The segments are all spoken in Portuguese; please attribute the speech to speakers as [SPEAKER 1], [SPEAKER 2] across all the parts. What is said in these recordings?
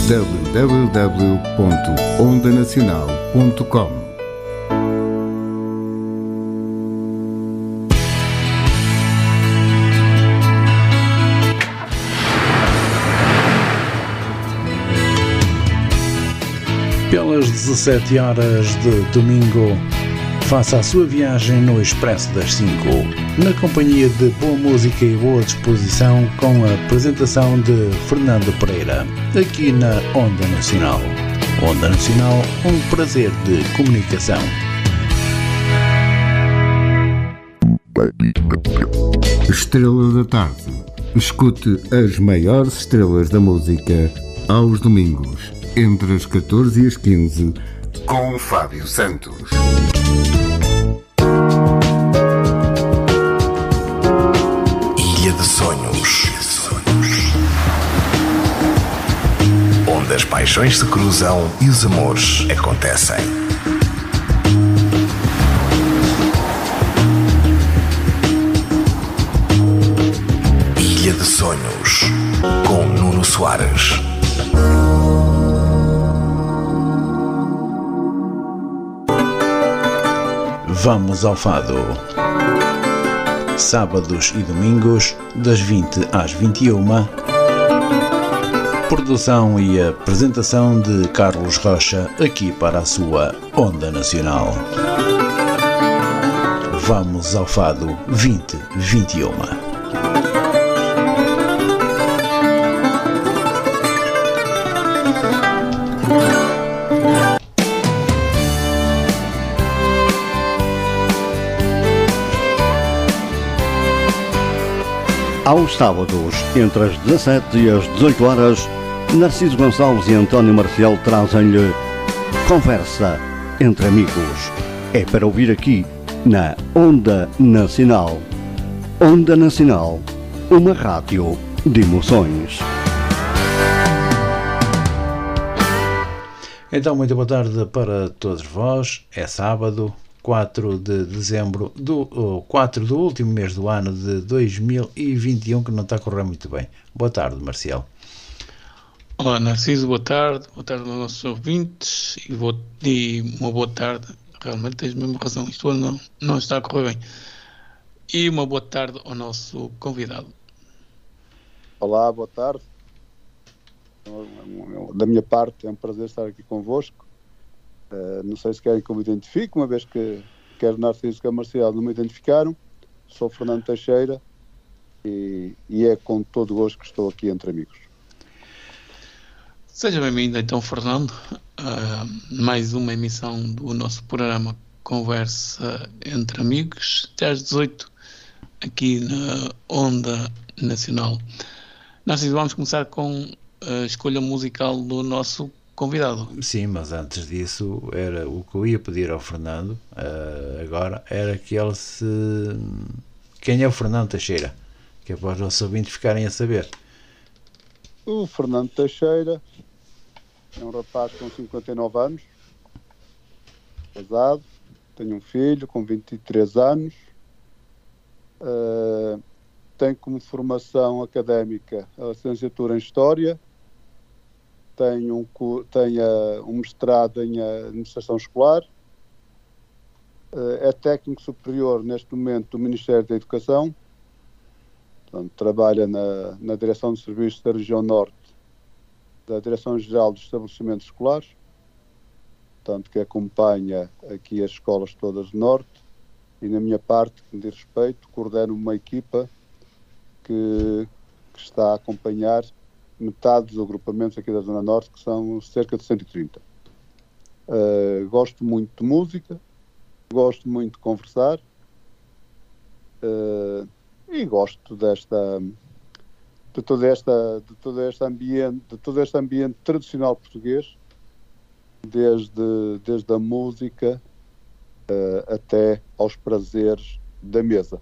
[SPEAKER 1] www.ondanacional.com.
[SPEAKER 2] Pelas 17 horas de domingo, faça a sua viagem no Expresso das 5, na companhia de boa música e boa disposição, com a apresentação de Fernando Pereira, aqui na Onda Nacional. Onda Nacional, um prazer de comunicação.
[SPEAKER 1] Estrela da Tarde. Escute as maiores estrelas da música aos domingos, entre as 14 e as 15, com Fábio Santos.
[SPEAKER 3] Ilha de Sonhos, onde as paixões se cruzam e os amores acontecem. Ilha de Sonhos, com Nuno Soares.
[SPEAKER 2] Vamos ao fado. Sábados e domingos, das 20 às 21. Produção e apresentação de Carlos Rocha, aqui para a sua Onda Nacional. Vamos ao fado 2021.
[SPEAKER 4] Aos sábados, entre as 17 e as 18 horas, Narciso Gonçalves e António Marcial trazem-lhe Conversa entre Amigos. É para ouvir aqui na Onda Nacional. Onda Nacional, uma rádio de emoções.
[SPEAKER 2] Então, muito boa tarde para todos vós. É sábado, 4 de dezembro, 4 do último mês do ano de 2021, que não está a correr muito bem. Boa tarde, Marcial.
[SPEAKER 5] Olá, Narciso, boa tarde aos nossos ouvintes e uma boa tarde. Realmente tens mesmo razão, isto não está a correr bem. E uma boa tarde ao nosso convidado.
[SPEAKER 6] Olá, boa tarde. Da minha parte, é um prazer estar aqui convosco. Não sei se querem que eu me identifique, uma vez que quer Narciso quer Marcial não me identificaram. Sou Fernando Teixeira e é com todo o gosto que estou aqui entre amigos.
[SPEAKER 5] Seja bem-vindo então, Fernando, a mais uma emissão do nosso programa Conversa entre Amigos, até às 18, aqui na Onda Nacional. Narciso, vamos começar com a escolha musical do nosso convidado.
[SPEAKER 2] Sim, mas antes disso, era o que eu ia pedir ao Fernando, agora, era que ele se... Quem é o Fernando Teixeira? Que é para os nossos ouvintes ficarem a saber.
[SPEAKER 6] O Fernando Teixeira é um rapaz com 59 anos, casado, tenho um filho com 23 anos, tem como formação académica a licenciatura em História, tem um mestrado em Administração Escolar, é técnico superior neste momento do Ministério da Educação, portanto, trabalha na Direção de Serviços da Região Norte da Direção-Geral dos Estabelecimentos Escolares, portanto, que acompanha aqui as escolas todas do Norte, e na minha parte, que me diz respeito, coordeno uma equipa que está a acompanhar metade dos agrupamentos aqui da Zona Norte, que são cerca de 130. Gosto muito de música, gosto muito de conversar, e gosto de todo este ambiente tradicional português, desde a música até aos prazeres da mesa.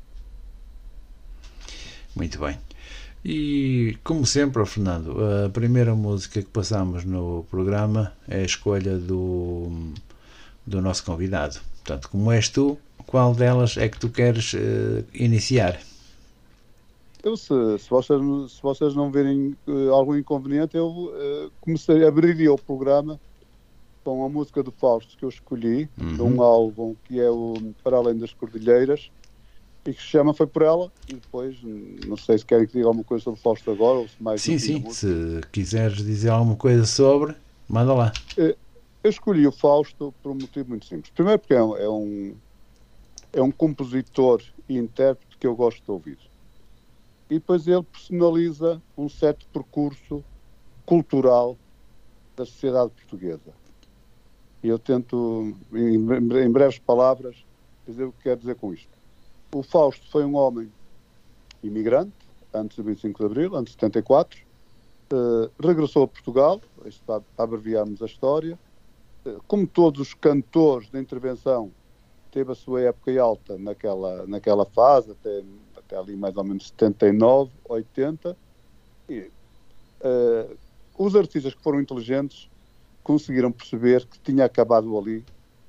[SPEAKER 2] Muito bem. E, como sempre, Fernando, a primeira música que passamos no programa é a escolha do nosso convidado. Portanto, como és tu, qual delas é que tu queres iniciar?
[SPEAKER 6] Se vocês não verem algum inconveniente, eu abriria o programa com a música do Fausto que eu escolhi, de um álbum que é o Para Além das Cordilheiras, e que se chama Foi Por Ela, e depois, não sei se querem que diga alguma coisa sobre o Fausto agora, ou se mais...
[SPEAKER 2] Sim, se quiseres dizer alguma coisa sobre, manda lá.
[SPEAKER 6] Eu escolhi o Fausto por um motivo muito simples. Primeiro porque é um compositor e intérprete que eu gosto de ouvir. E depois ele personaliza um certo percurso cultural da sociedade portuguesa. E eu tento, em breves palavras, dizer o que quero dizer com isto. O Fausto foi um homem imigrante, antes do 25 de Abril, antes de 74, regressou a Portugal, isto para abreviarmos a história. Como todos os cantores de intervenção, teve a sua época alta naquela fase, até ali mais ou menos 79, 80. E, os artistas que foram inteligentes conseguiram perceber que tinha acabado ali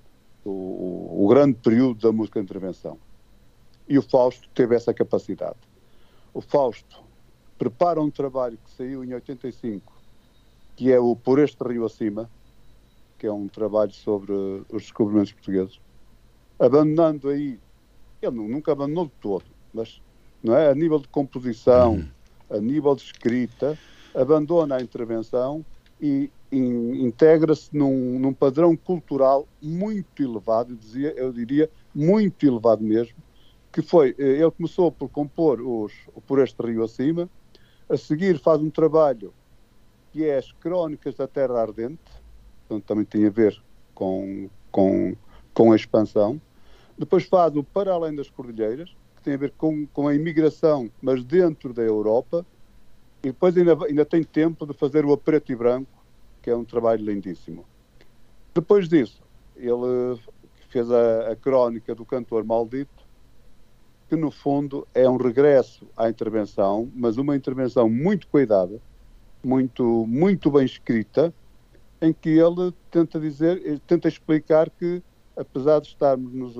[SPEAKER 6] o grande período da música de intervenção. E o Fausto teve essa capacidade. O Fausto prepara um trabalho que saiu em 85, que é o Por Este Rio Acima, que é um trabalho sobre os descobrimentos portugueses. Abandonando aí, ele nunca abandonou de todo, mas não é? A nível de composição, a nível de escrita, abandona a intervenção e integra-se num padrão cultural muito elevado, eu diria muito elevado mesmo, que foi, ele começou por compor Por Este Rio Acima, a seguir faz um trabalho que é as Crónicas da Terra Ardente, portanto também tem a ver com a expansão. Depois faz o Para Além das Cordilheiras, que tem a ver com a imigração, mas dentro da Europa. E depois ainda tem tempo de fazer o A Preto e Branco, que é um trabalho lindíssimo. Depois disso, ele fez a Crónica do Cantor Maldito, que no fundo é um regresso à intervenção, mas uma intervenção muito cuidada, muito, muito bem escrita, em que ele tenta explicar que, apesar de estarmos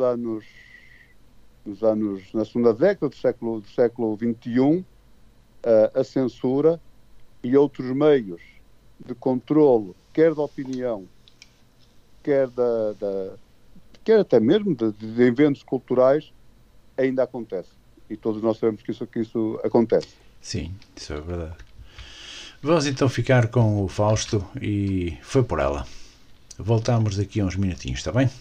[SPEAKER 6] na segunda década do século XXI, a censura e outros meios de controlo, quer da opinião, quer até mesmo de eventos culturais, ainda acontece. E todos nós sabemos que isso acontece.
[SPEAKER 2] Sim, isso é verdade. Vamos então ficar com o Fausto e Foi Por Ela. Voltamos daqui a uns minutinhos, está bem?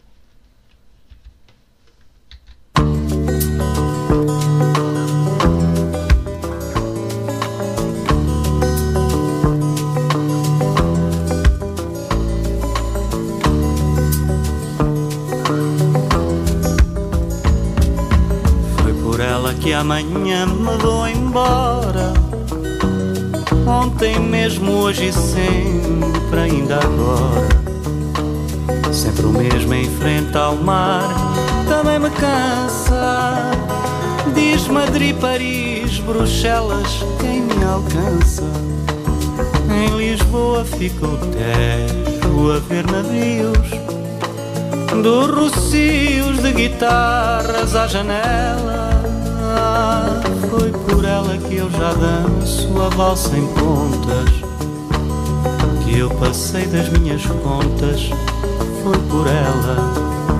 [SPEAKER 7] Que amanhã me vou embora, ontem mesmo, hoje e sempre, ainda agora. Sempre o mesmo em frente ao mar, também me cansa. Diz Madrid, Paris, Bruxelas, quem me alcança? Em Lisboa fica o Tejo a ver navios, dos rocios de guitarras à janela. Foi por ela que eu já danço a valsa em pontas, que eu passei das minhas contas. Foi por ela.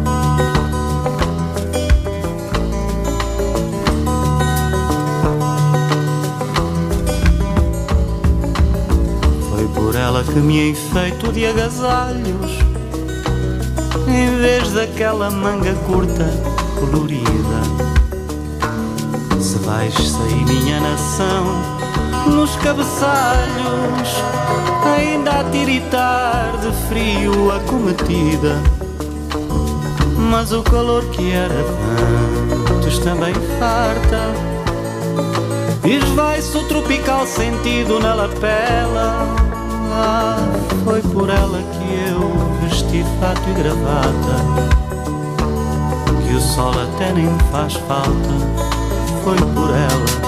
[SPEAKER 7] Foi por ela que me enfeito de agasalhos, em vez daquela manga curta colorida. Se vais sair minha nação nos cabeçalhos, ainda a tiritar de frio a cometida, mas o calor que era antes também farta. Esvai-se o tropical sentido na lapela. Foi por ela que eu vesti fato e gravata, que o sol até nem me faz falta. Foi por ela.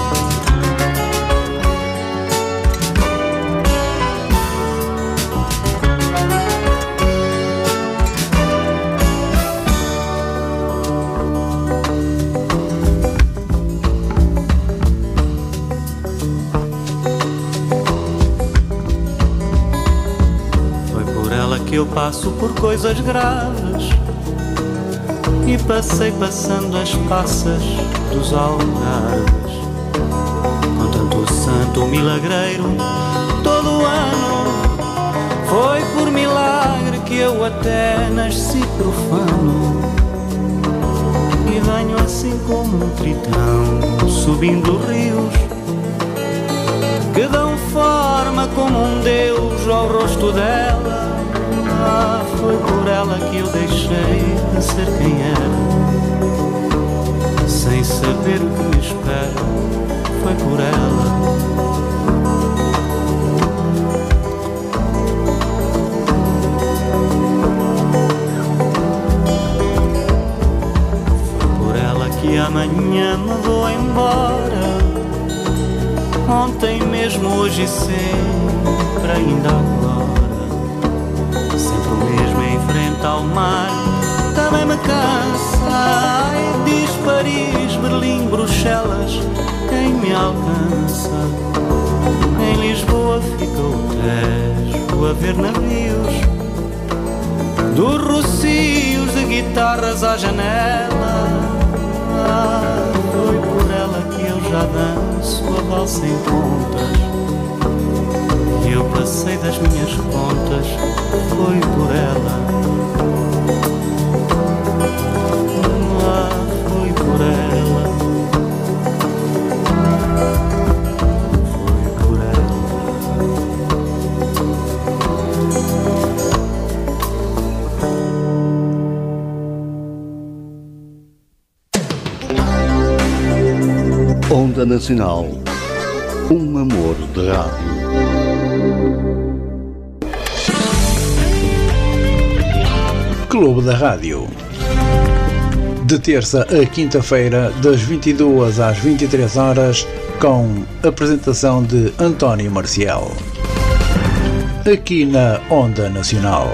[SPEAKER 7] que eu passo por coisas graves e passei passando as passas dos algarves. Com tanto santo milagreiro todo o ano, foi por milagre que eu até nasci profano. E venho assim como um tritão, subindo rios que dão forma como um deus ao rosto dela. Ah, foi por ela que eu deixei de ser quem era, sem saber o que me espera. Foi por ela. Foi por ela que amanhã me vou embora. Ontem mesmo, hoje e sempre, ainda agora. Sempre o mesmo em frente ao mar, também me cansa. Ai, diz Paris, Berlim, Bruxelas, quem me alcança? Em Lisboa fica o Tejo a ver navios, dos rocios de guitarras à janela. Ah, foi por ela que eu já danço a valsa em contas, e eu passei das minhas contas. Foi por ela. Ah, foi por ela. Foi por ela.
[SPEAKER 4] Onda Nacional, um amor de rádio.
[SPEAKER 2] Clube da Rádio. De terça a quinta-feira, das 22 às 23 horas, com apresentação de António Marcial. Aqui na Onda Nacional.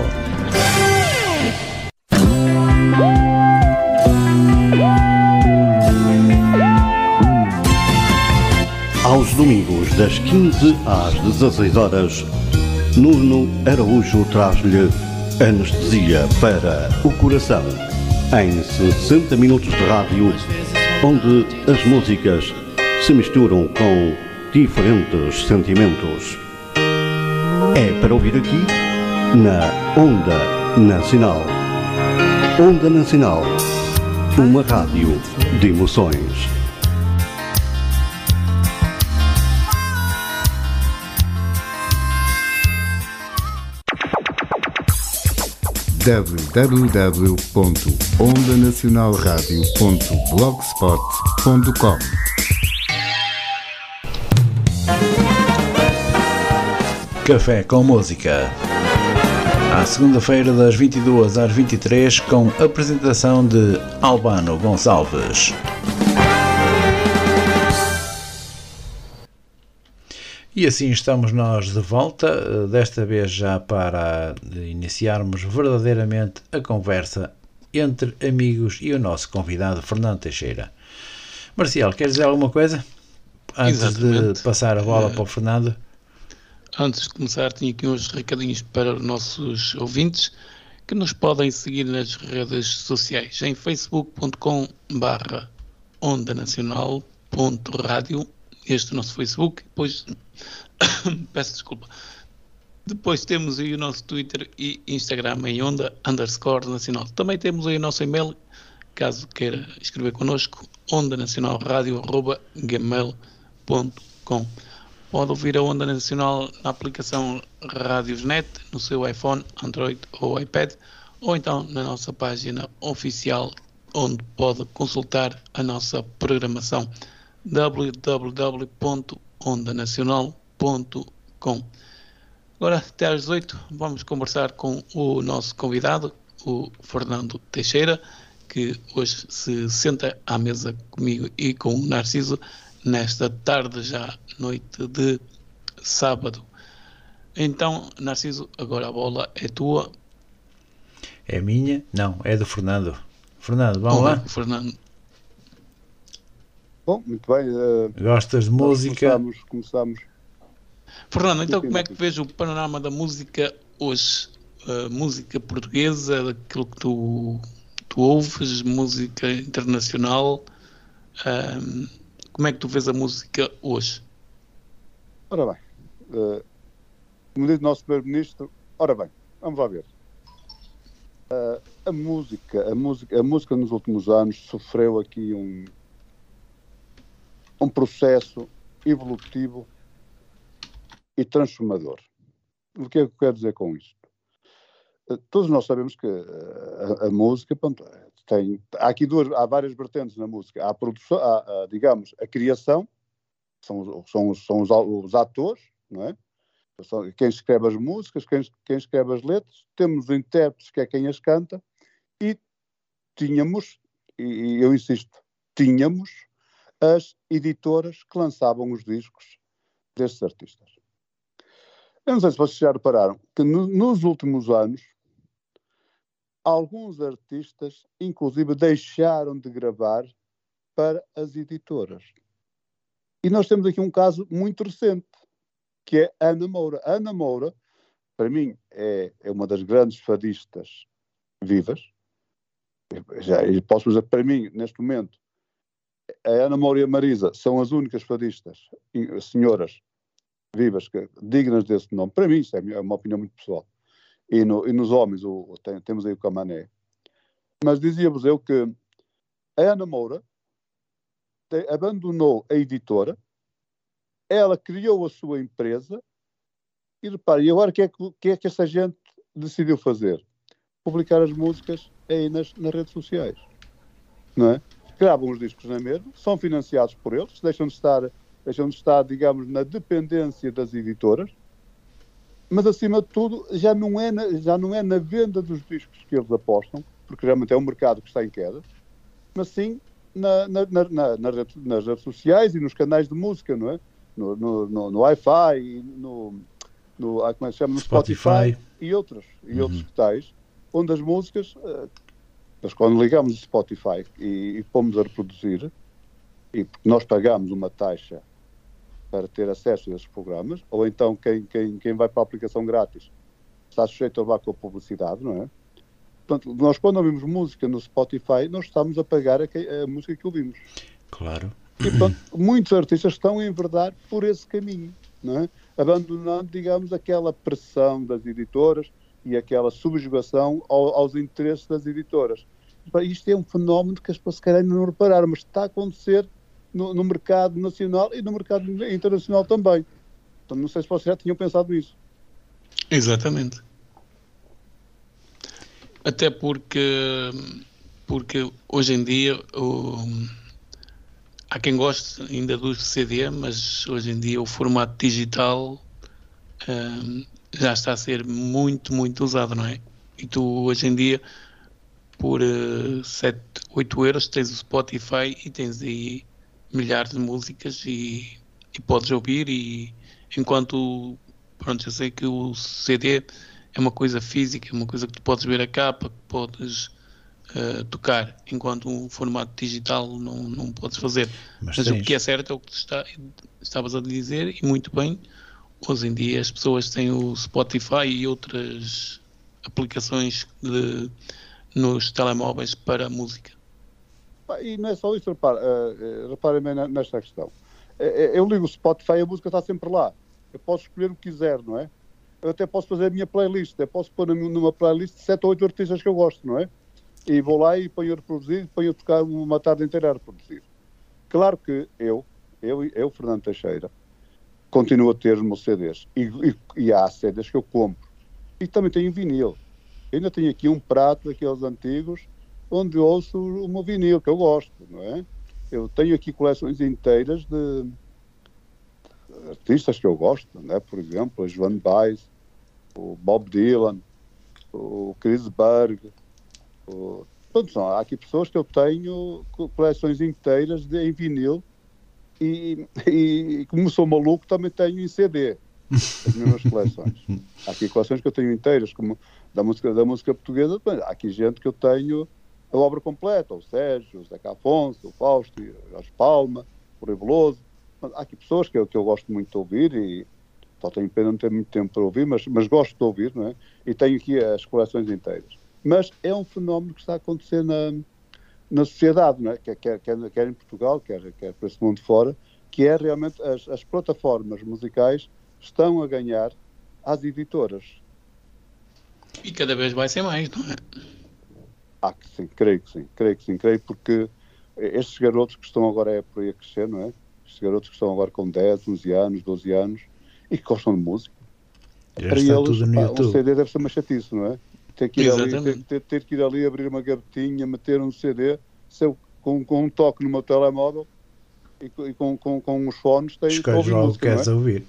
[SPEAKER 4] Aos domingos, das 15 às 16 horas, Nuno Araújo traz-lhe anestesia para o coração, em 60 minutos de rádio, onde as músicas se misturam com diferentes sentimentos. É para ouvir aqui, na Onda Nacional. Onda Nacional, uma rádio de emoções.
[SPEAKER 1] www.ondanacionalradio.blogspot.com.
[SPEAKER 2] Café com música. À segunda-feira, das 22 às 23, com apresentação de Albano Gonçalves. E assim estamos nós de volta, desta vez já para iniciarmos verdadeiramente a conversa entre amigos e o nosso convidado Fernando Teixeira. Marcial, queres dizer alguma coisa? Antes
[SPEAKER 5] Exatamente.
[SPEAKER 2] de passar a bola para o Fernando?
[SPEAKER 5] Antes de começar, tinha aqui uns recadinhos para os nossos ouvintes que nos podem seguir nas redes sociais em facebook.com/ondanacional.radio. Este é o nosso Facebook. Depois peço desculpa. Depois temos aí o nosso Twitter e Instagram em Onda_Nacional. Também temos aí o nosso e-mail, caso queira escrever connosco, ondanacionalradio@gmail.com. Pode ouvir a Onda Nacional na aplicação Radiosnet, no seu iPhone, Android ou iPad, ou então na nossa página oficial, onde pode consultar a nossa programação, www.ondanacional.com. Agora, até às 18, vamos conversar com o nosso convidado, o Fernando Teixeira, que hoje se senta à mesa comigo e com o Narciso, nesta tarde já, noite de sábado. Então, Narciso, agora a bola é tua.
[SPEAKER 2] É minha? Não, é do Fernando. Fernando, vamos lá?
[SPEAKER 5] Fernando.
[SPEAKER 6] Bom, muito bem.
[SPEAKER 2] Gostas de música?
[SPEAKER 6] Começamos.
[SPEAKER 5] Fernando, então como é que vês o panorama da música hoje? música portuguesa, daquilo que tu ouves, música internacional. Como é que tu vês a música hoje?
[SPEAKER 6] Ora bem, como diz o nosso primeiro-ministro, ora bem, vamos lá ver. A música nos últimos anos sofreu aqui um processo evolutivo e transformador. O que é que eu quero dizer com isto? Todos nós sabemos que a música, pronto, há várias vertentes na música. Há a produção, digamos, a criação, são os atores, não é? Quem escreve as músicas, quem escreve as letras, temos os intérpretes, que é quem as canta, e tínhamos, e eu insisto, tínhamos as editoras que lançavam os discos destes artistas. Eu não sei se vocês já repararam que nos últimos anos alguns artistas, inclusive, deixaram de gravar para as editoras. E nós temos aqui um caso muito recente, que é Ana Moura. A Ana Moura, para mim, é uma das grandes fadistas vivas. Eu posso dizer que, para mim, neste momento, a Ana Moura e a Marisa são as únicas fadistas, senhoras vivas, dignas desse nome. Para mim, isso é uma opinião muito pessoal. E nos homens, temos aí o Camané. Mas dizia-vos eu que a Ana Moura abandonou a editora, ela criou a sua empresa e, repare, e agora o que é que essa gente decidiu fazer? Publicar as músicas aí nas redes sociais. Não é? Gravam os discos na mesma, são financiados por eles, deixam de estar, digamos, na dependência das editoras, mas acima de tudo já não é na venda dos discos que eles apostam, porque realmente é um mercado que está em queda, mas sim nas redes sociais e nos canais de música, não é? No Wi-Fi, como é que se chama? No Spotify e outros que tais, onde as músicas, mas quando ligamos o Spotify e pomos a reproduzir, e porque nós pagamos uma taxa para ter acesso a esses programas, ou então quem vai para a aplicação grátis está sujeito a levar com a publicidade, não é? Portanto, nós quando ouvimos música no Spotify, nós estamos a pagar a música que ouvimos.
[SPEAKER 2] Claro.
[SPEAKER 6] E, portanto, muitos artistas estão a enverdar por esse caminho, não é? Abandonando, digamos, aquela pressão das editoras e aquela subjugação aos interesses das editoras. Isto é um fenómeno que as pessoas se calhar ainda não repararam, mas está a acontecer no mercado nacional e no mercado internacional também. Então, não sei se vocês já tinham pensado nisso.
[SPEAKER 5] Exatamente. Até porque hoje em dia há quem goste ainda do CD, mas hoje em dia o formato digital já está a ser muito, muito usado, não é? E tu hoje em dia por 7, 8 euros tens o Spotify e tens aí milhares de músicas e podes ouvir, e enquanto, pronto, eu sei que o CD é uma coisa física, é uma coisa que tu podes ver a capa, que podes tocar, enquanto um formato digital não podes fazer. Mas o que é certo é o que estavas a dizer, e muito bem, hoje em dia as pessoas têm o Spotify e outras aplicações nos telemóveis para a música.
[SPEAKER 6] E não é só isso, reparem bem nesta questão. Eu ligo o Spotify e a música está sempre lá. Eu posso escolher o que quiser, não é? Eu até posso fazer a minha playlist. Eu posso pôr numa playlist de 7 ou 8 artistas que eu gosto, não é? E vou lá e ponho a reproduzir, ponho a tocar uma tarde inteira a reproduzir. Claro que eu, Fernando Teixeira, continuo a ter os meus CDs. E há CDs que eu compro. E também tenho vinil. Eu ainda tenho aqui um prato daqueles antigos onde ouço o meu vinil, que eu gosto, não é? Eu tenho aqui coleções inteiras de artistas que eu gosto, não é? Por exemplo, a Joan Baez, o Bob Dylan, o Chris Berg. Há aqui pessoas que eu tenho coleções inteiras em vinil e como sou maluco também tenho em CD as minhas coleções. Há aqui coleções que eu tenho inteiras, como da música portuguesa. Há aqui gente que eu tenho a obra completa, o Sérgio, o Zeca Afonso, o Fausto, o Jorge Palma, o Rui Veloso. Há aqui pessoas que eu gosto muito de ouvir Só tenho pena não ter muito tempo para ouvir, mas gosto de ouvir, não é? E tenho aqui as coleções inteiras. Mas é um fenómeno que está a acontecer na sociedade, não é? Quer em Portugal, quer para esse mundo fora, que é realmente as plataformas musicais estão a ganhar às editoras.
[SPEAKER 5] E cada vez vai ser mais, não é?
[SPEAKER 6] Que sim, creio que sim, creio porque estes garotos que estão agora por aí a crescer, não é? Estes garotos que estão agora com 10, 11 anos, 12 anos e que gostam de música, para eles um CD deve ser uma chatice, não é? Ter que ir ali, abrir uma gavetinha, meter um CD, com um toque no meu telemóvel e com os fones tem que ouvir música,
[SPEAKER 2] que queres ouvir.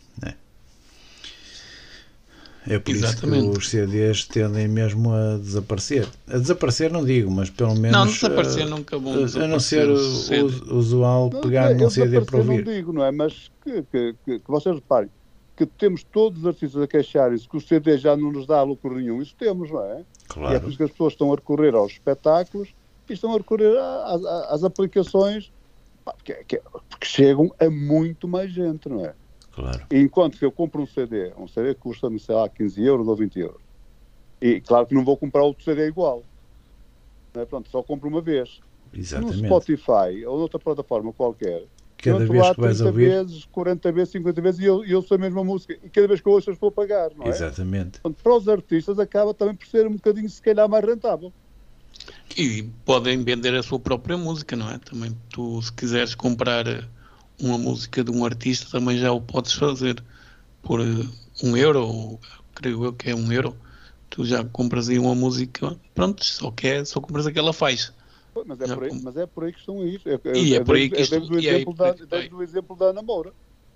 [SPEAKER 2] É por Exatamente. Isso que os CDs tendem mesmo a desaparecer. A desaparecer não digo, mas pelo menos...
[SPEAKER 5] Não, desaparecer nunca vão desaparecer.
[SPEAKER 2] A não ser usual pegar num CD para ouvir.
[SPEAKER 6] Não digo, não é? Mas que vocês reparem, que temos todos os artistas a queixarem-se que o CD já não nos dá lucro nenhum. Isso temos, não é?
[SPEAKER 2] Claro.
[SPEAKER 6] E é por isso que as pessoas estão a recorrer aos espetáculos e estão a recorrer às aplicações porque chegam a muito mais gente, não é?
[SPEAKER 2] Claro.
[SPEAKER 6] E enquanto que eu compro um CD que custa-me, sei lá, 15 euros ou 20 euros, e claro que não vou comprar outro CD igual, não é? Pronto, só compro uma vez.
[SPEAKER 2] Exatamente.
[SPEAKER 6] No Spotify ou noutra plataforma qualquer,
[SPEAKER 2] cada vez
[SPEAKER 6] lá
[SPEAKER 2] que vais
[SPEAKER 6] 30
[SPEAKER 2] ouvir...
[SPEAKER 6] vezes, 40 vezes, 50 vezes e eu ouço a mesma música, e cada vez que eu ouço eu estou a pagar, não é?
[SPEAKER 2] Exatamente.
[SPEAKER 6] Portanto, para os artistas acaba também por ser um bocadinho, se calhar, mais rentável.
[SPEAKER 5] E podem vender a sua própria música, não é? Também tu, se quiseres comprar uma música de um artista, também já o podes fazer por €1, ou creio eu que é €1. Tu já compras aí uma música, pronto, só compras aquela faixa.
[SPEAKER 6] Mas é por aí que estão a ir.
[SPEAKER 5] É por aí que isto...
[SPEAKER 6] Desde o exemplo da Ana Moura.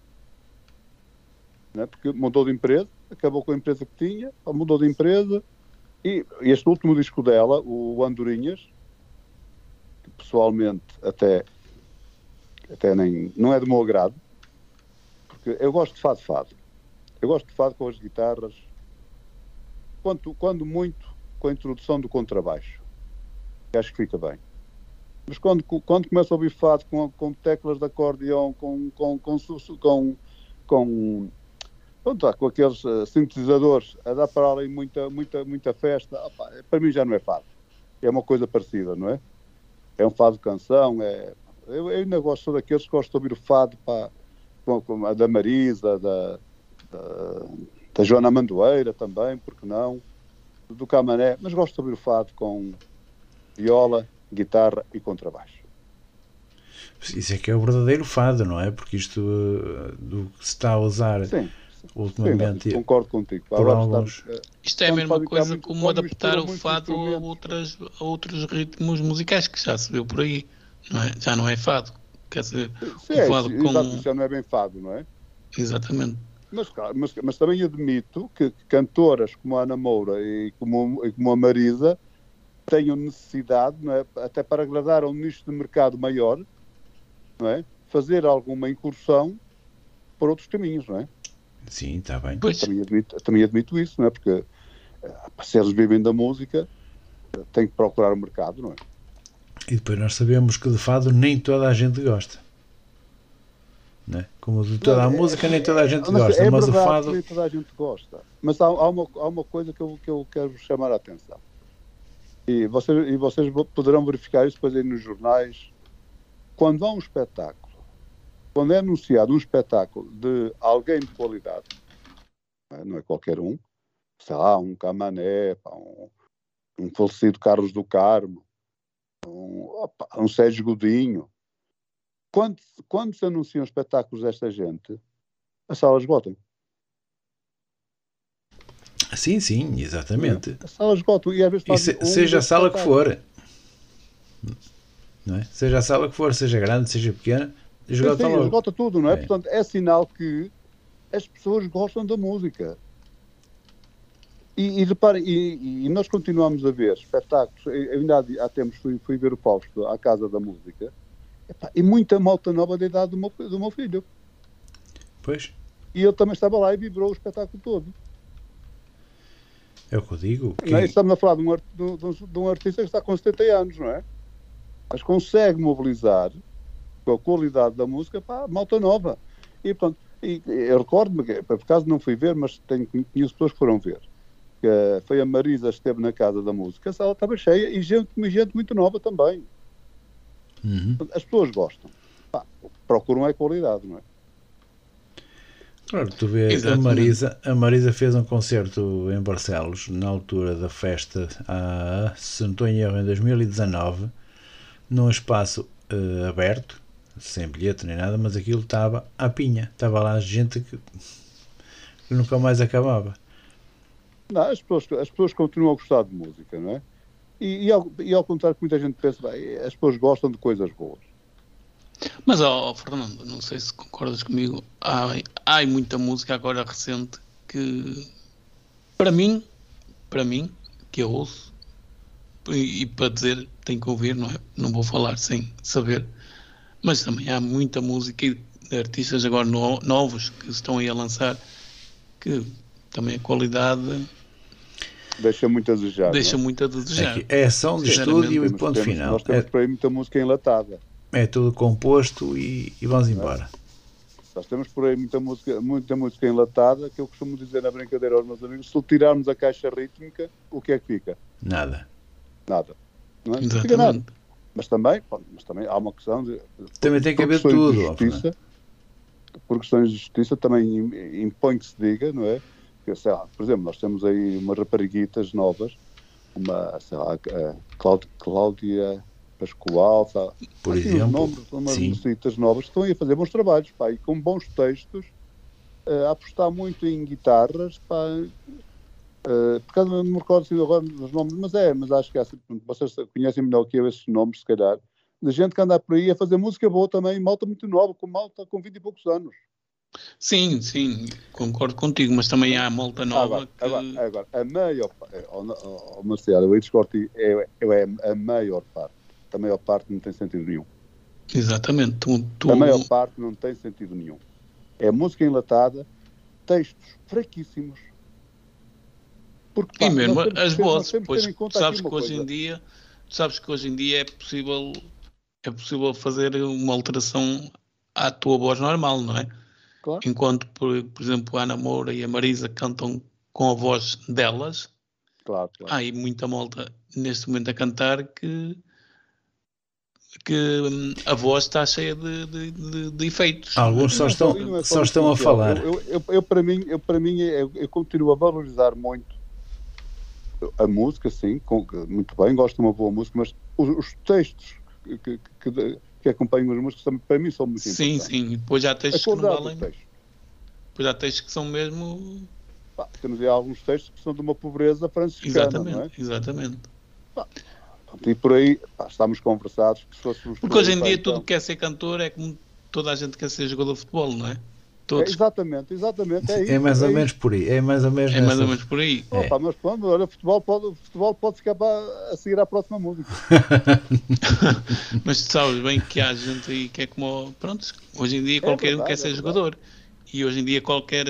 [SPEAKER 6] Não é? Porque mudou de empresa, acabou com a empresa que tinha, mudou de empresa, e este último disco dela, o Andorinhas, que pessoalmente até nem, não é do meu agrado, porque eu gosto de fado. Eu gosto de fado com as guitarras, quando muito com a introdução do contrabaixo, que acho que fica bem. Mas quando começa a ouvir fado com teclas de acordeão, com aqueles sintetizadores a dar para ali muita festa, para mim já não é fado. É uma coisa parecida, não é? É um fado canção, eu ainda gosto daqueles que gostam de ouvir o fado da Marisa, da Joana Mandoeira também, porque não, do Camané, mas gosto de ouvir o fado com viola, guitarra e contrabaixo.
[SPEAKER 2] Isso é que é o verdadeiro fado, não é? Porque isto do que se está a usar ultimamente...
[SPEAKER 6] Sim, concordo contigo.
[SPEAKER 5] Isto é a mesma coisa como adaptar o fado a outros ritmos musicais que já se viu por aí. Não é? Já não é fado. Quer dizer, o fado
[SPEAKER 6] já não é bem fado, não é?
[SPEAKER 5] Exatamente.
[SPEAKER 6] Mas também admito que cantoras como a Ana Moura e como a Marisa tenham necessidade, não é? Até para agradar a um nicho de mercado maior, não é? Fazer alguma incursão por outros caminhos, não é?
[SPEAKER 2] Sim, está bem.
[SPEAKER 6] Também admito isso, não é? Porque se eles vivem da música, têm que procurar o mercado, não é?
[SPEAKER 2] E depois nós sabemos que de fado nem toda a gente gosta, não é? Como de toda a música nem toda a gente gosta, mas o fado...
[SPEAKER 6] nem toda a gente gosta. Mas há uma coisa que eu quero chamar a atenção. E vocês poderão verificar isso depois aí nos jornais. Quando há um espetáculo, quando é anunciado um espetáculo de alguém de qualidade, não é qualquer um, sei lá, um Camané, um falecido Carlos do Carmo, um Sérgio Godinho. Quando se anunciam espetáculos desta gente, as salas esgotam.
[SPEAKER 2] Sim, exatamente.
[SPEAKER 6] As salas esgotam. E às vezes
[SPEAKER 2] seja a sala que for. Não é? Seja a sala que for, seja grande, seja pequena,
[SPEAKER 6] esgota tudo, não é? Portanto, é sinal que as pessoas gostam da música. E reparem, e nós continuamos a ver espetáculos. Eu ainda há tempos fui ver o Fausto à Casa da Música, e muita malta nova da idade do meu filho.
[SPEAKER 2] Pois.
[SPEAKER 6] E ele também estava lá e vibrou o espetáculo todo.
[SPEAKER 2] É o que eu digo.
[SPEAKER 6] Estamos a falar de um artista que está com 70 anos, não é? Mas consegue mobilizar, com a qualidade da música, malta nova. E, portanto, E eu recordo-me, por acaso não fui ver, mas conheço pessoas que foram ver. Que foi a Marisa, esteve na Casa da Música, a sala estava cheia e gente muito nova também. As pessoas gostam. Pá, procuram a qualidade, não é?
[SPEAKER 2] Claro, tu vês, a Marisa fez um concerto em Barcelos, na altura da festa, se não estou em erro, em 2019, num espaço aberto, sem bilhete nem nada, mas aquilo estava à pinha, estava lá gente que nunca mais acabava.
[SPEAKER 6] Não, as pessoas continuam a gostar de música, não é? E ao contrário que muita gente pensa, bem, as pessoas gostam de coisas boas.
[SPEAKER 5] Mas, Fernando, não sei se concordas comigo, há muita música agora recente que, para mim, que eu ouço, e para dizer, tenho que ouvir, não é? Não vou falar sem saber, mas também há muita música de artistas agora novos que estão aí a lançar, que também a qualidade
[SPEAKER 6] deixa muito a desejar.
[SPEAKER 5] Deixa muito a desejar.
[SPEAKER 2] É som de estúdio e ponto final.
[SPEAKER 6] Nós temos por aí muita música enlatada.
[SPEAKER 2] É tudo composto e vamos embora.
[SPEAKER 6] Nós temos por aí muita música enlatada, que eu costumo dizer na brincadeira aos meus amigos, se tirarmos a caixa rítmica, o que é que fica?
[SPEAKER 2] Nada.
[SPEAKER 6] Não fica nada. Mas também há uma questão de...
[SPEAKER 2] Também tem que haver tudo.
[SPEAKER 6] Por questões de justiça também impõe que se diga, não é? Porque, sei lá, por exemplo, nós temos aí umas rapariguitas novas, Cláudia Pascoal,
[SPEAKER 2] por exemplo,
[SPEAKER 6] umas músicas novas que estão aí a fazer bons trabalhos, pá, e com bons textos, a apostar muito em guitarras, pá, por causa não me recordo assim agora dos nomes, mas acho que vocês conhecem melhor que eu esses nomes, se calhar, de gente que anda por aí a fazer música boa também, malta muito nova, malta com 20 e poucos anos.
[SPEAKER 5] Sim, concordo contigo, mas também há malta nova
[SPEAKER 6] agora, a maior parte, Marcelo, eu discordo, é a maior parte. A maior parte não tem sentido nenhum.
[SPEAKER 5] Exatamente.
[SPEAKER 6] A maior parte não tem sentido nenhum. É música enlatada, textos fraquíssimos.
[SPEAKER 5] Porque, pá, e mesmo as vozes, pois sabes que hoje em dia é possível fazer uma alteração à tua voz normal, não é?
[SPEAKER 6] Claro.
[SPEAKER 5] Enquanto, por exemplo, a Ana Moura e a Marisa cantam com a voz delas,
[SPEAKER 6] claro.
[SPEAKER 5] Há aí muita malta neste momento a cantar que a voz está cheia de efeitos.
[SPEAKER 2] Alguns só estão a falar.
[SPEAKER 6] Eu para mim, eu continuo a valorizar muito a música, sim, muito bem, gosto de uma boa música, mas os textos que acompanham as músicas também, para mim, são muito importantes.
[SPEAKER 5] Sim, e depois há textos que não valem. Depois há textos que são mesmo...
[SPEAKER 6] temos aí alguns textos que são de uma pobreza franciscana, não é?
[SPEAKER 5] Exatamente.
[SPEAKER 6] E por aí, estamos conversados que se fôssemos...
[SPEAKER 5] Porque hoje em dia tudo que quer ser cantor é como toda a gente quer ser jogador de futebol, não é? Todos.
[SPEAKER 6] Exatamente, é isso.
[SPEAKER 2] É mais ou menos por aí. É mais ou menos
[SPEAKER 5] por aí.
[SPEAKER 6] Mas pronto, olha, o futebol pode ficar a seguir à próxima música.
[SPEAKER 5] Mas tu sabes bem que há gente aí que é como... Pronto, hoje em dia qualquer um quer ser jogador. E hoje em dia qualquer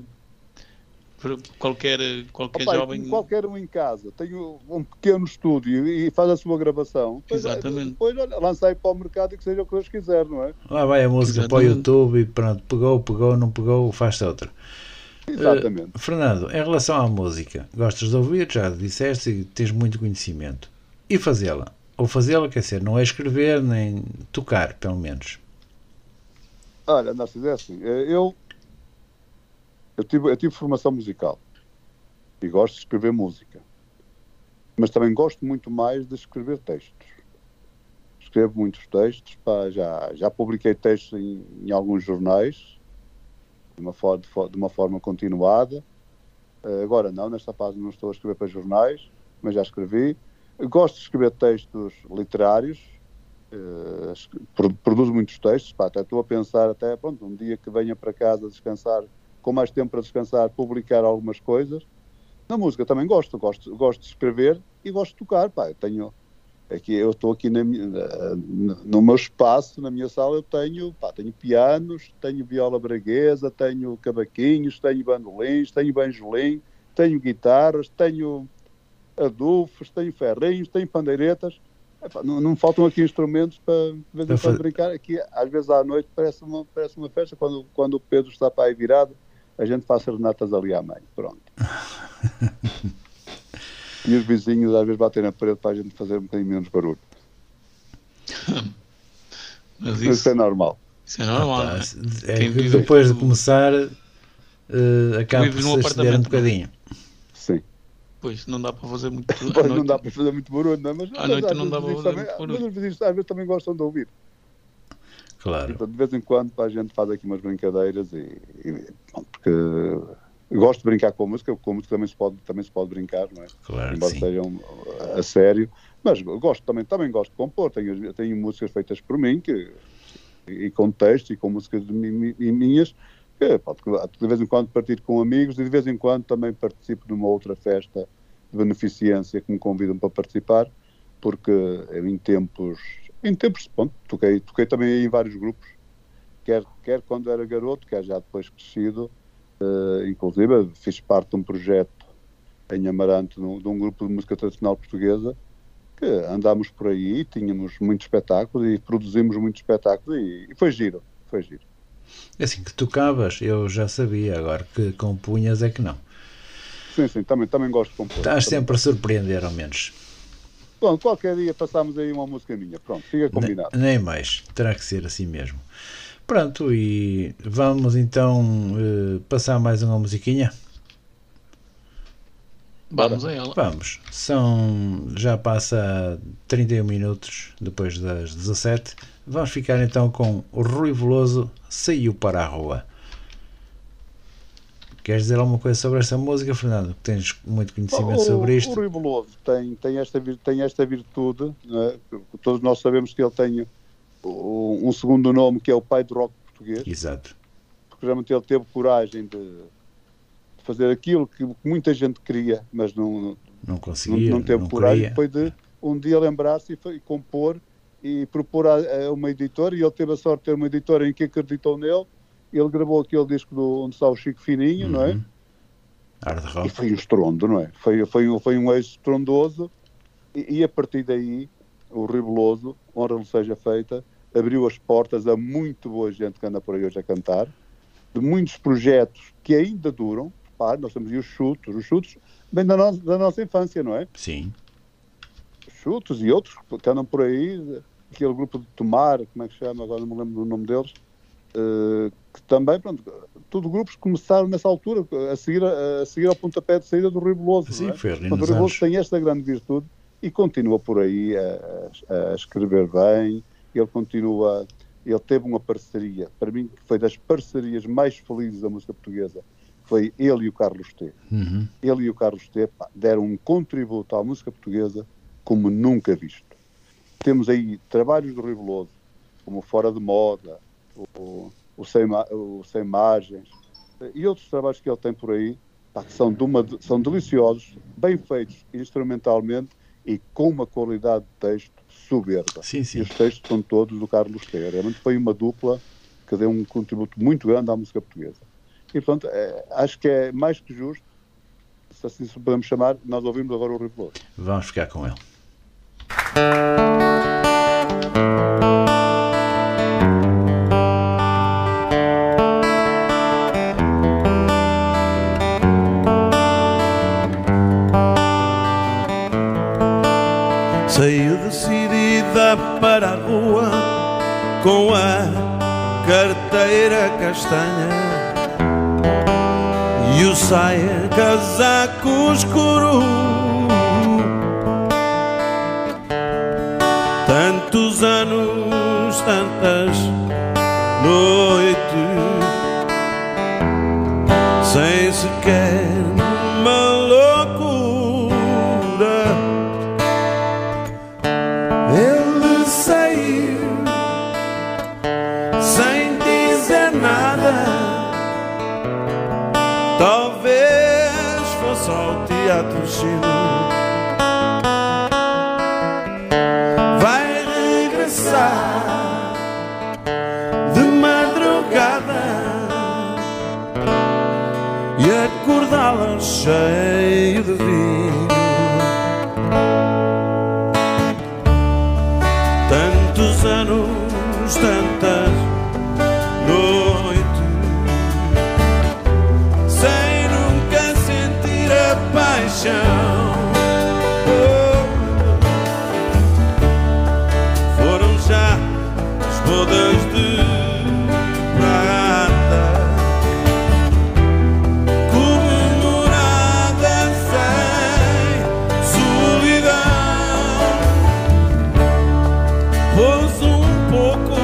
[SPEAKER 5] jovem...
[SPEAKER 6] Qualquer um em casa tem um pequeno estúdio e faz a sua gravação.
[SPEAKER 5] Exatamente.
[SPEAKER 6] Depois lança aí para o mercado e que seja o que Deus quiser, não é?
[SPEAKER 2] Lá vai a música para o YouTube e pronto, pegou, não pegou, faz-se outra.
[SPEAKER 6] Exatamente.
[SPEAKER 2] Fernando, em relação à música, gostas de ouvir, já disseste e tens muito conhecimento. E fazê-la? Ou fazê-la, quer dizer, não é escrever nem tocar, pelo menos.
[SPEAKER 6] Olha, não, se é assim, eu tive formação musical e gosto de escrever música, mas também gosto muito mais de escrever textos. Escrevo muitos textos, já publiquei textos em alguns jornais, de uma forma continuada. Agora não, nesta fase não estou a escrever para jornais, mas já escrevi. Gosto de escrever textos literários, produzo muitos textos, até estou a pensar um dia que venha para casa descansar, com mais tempo para descansar, publicar algumas coisas. Na música também gosto de escrever e gosto de tocar, eu estou aqui no meu espaço, na minha sala, eu tenho pianos, tenho viola braguesa, tenho cavaquinhos, tenho bandolins, tenho banjolim, tenho guitarras, tenho adufes, tenho ferrinhos, tenho pandeiretas. Não faltam aqui instrumentos para de vez em quando brincar. Aqui, às vezes à noite parece uma festa. Quando o Pedro está para aí virado, a gente faz serenatas ali à mãe. Pronto. E os vizinhos às vezes batem na parede para a gente fazer um bocadinho menos barulho.
[SPEAKER 5] Mas
[SPEAKER 6] isso é normal.
[SPEAKER 5] Isso é normal.
[SPEAKER 2] É que depois de começar acaba por se exceder um bocadinho.
[SPEAKER 6] Sim.
[SPEAKER 5] Pois, não dá para fazer muito
[SPEAKER 6] barulho. Não dá para fazer muito barulho, não é? Mas
[SPEAKER 5] à noite não dá para fazer muito barulho.
[SPEAKER 6] Mas os vizinhos às vezes também gostam de ouvir.
[SPEAKER 2] Claro.
[SPEAKER 6] Então, de vez em quando a gente faz aqui umas brincadeiras porque eu gosto de brincar com a música também se pode brincar, não é?
[SPEAKER 2] Claro,
[SPEAKER 6] embora sejam a sério. Mas também gosto de compor. Tenho músicas feitas por mim e com texto e com músicas minhas. De vez em quando partilho com amigos e de vez em quando também participo numa outra festa de beneficência que me convidam para participar, porque em tempos pronto, toquei também em vários grupos, quer quando era garoto, quer já depois crescido. Inclusive fiz parte de um projeto em Amarante de um grupo de música tradicional portuguesa, que andámos por aí, tínhamos muitos espetáculos e produzimos muitos espetáculos e foi giro.
[SPEAKER 2] Assim que tocavas, eu já sabia, agora que compunhas é que não.
[SPEAKER 6] Sim, também gosto de compor.
[SPEAKER 2] Estás sempre a surpreender, ao menos.
[SPEAKER 6] Pronto, qualquer dia passamos aí uma música minha, pronto, fica combinado.
[SPEAKER 2] Nem mais, terá que ser assim mesmo. Pronto, e vamos então passar mais uma musiquinha?
[SPEAKER 5] Vamos a ela.
[SPEAKER 2] Vamos, já passa 31 minutos depois das 17. Vamos ficar então com o Rui Veloso, Saiu para a Rua. Queres dizer alguma coisa sobre esta música, Fernando? Tens muito conhecimento sobre isto?
[SPEAKER 6] O Rui Veloso tem esta virtude, né? Todos nós sabemos que ele tem um segundo nome que é o pai do rock português.
[SPEAKER 2] Exato.
[SPEAKER 6] Porque realmente ele teve coragem de fazer aquilo que muita gente queria, mas não conseguia, não teve coragem. Foi de um dia lembrar-se e compor e propor a uma editora, e ele teve a sorte de ter uma editora em que acreditou nele. Ele gravou aquele disco onde está o Chico Fininho, não é?
[SPEAKER 2] Hard rock.
[SPEAKER 6] E foi um estrondo, não é? Foi um êxito estrondoso, e a partir daí o Rui Veloso, honra lhe seja feita, abriu as portas a muito boa gente que anda por aí hoje a cantar, de muitos projetos que ainda duram. Pá, nós temos aí os chutos bem da nossa infância, não é?
[SPEAKER 2] Sim.
[SPEAKER 6] Os chutos e outros que andam por aí, aquele grupo de Tomar, como é que se chama, agora não me lembro do nome deles, que também, pronto, tudo grupos que começaram nessa altura a seguir ao pontapé de saída do Rui Veloso.
[SPEAKER 2] Sim,
[SPEAKER 6] não é?
[SPEAKER 2] Foi ali
[SPEAKER 6] o Rui Veloso tem esta grande virtude e continua por aí a escrever bem. Ele teve uma parceria, para mim foi das parcerias mais felizes da música portuguesa, foi ele e o Carlos T. Ele e o Carlos T deram um contributo à música portuguesa como nunca visto. Temos aí trabalhos do Rui Veloso, como Fora de Moda, o Sem Margens, e outros trabalhos que ele tem por aí, que são deliciosos, bem feitos instrumentalmente e com uma qualidade de texto soberba.
[SPEAKER 2] Sim.
[SPEAKER 6] E os textos são todos do Carlos T. Realmente foi uma dupla que deu um contributo muito grande à música portuguesa. E, portanto, acho que é mais que justo, se assim se podemos chamar, nós ouvimos agora o Rui Veloso.
[SPEAKER 2] Vamos ficar com ele.
[SPEAKER 8] Saiu decidida para a rua com a carteira castanha e o saia casaco escuro. Tantos anos, tantas noites, sem sequer uma loucura. Ele saiu sem dizer nada. Talvez fosse ao teatro chino. Vai regressar de madrugada e acordá-la cheio de vinho. Vivemos tantas noites sem nunca sentir a paixão. Foram já as bodas de prata, comemoradas sem solidão. Pôs um pouco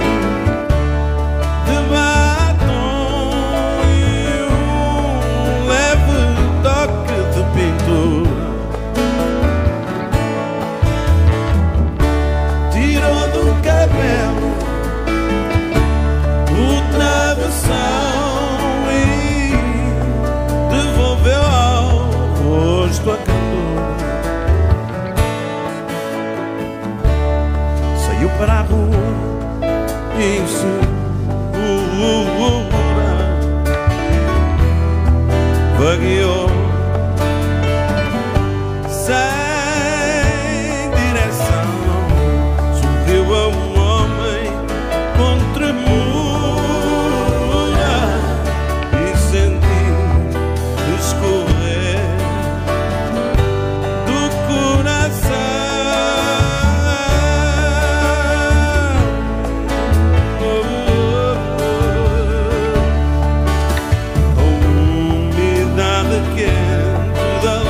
[SPEAKER 8] de batom e um leve toque de pintura. Tirou do cabelo o travessão e devolveu ao rosto a candor. Saiu para a rua insegura, vagueou sem direção. Sorriu a um homem com tremor e sentiu escorrer do coração a umidade quente da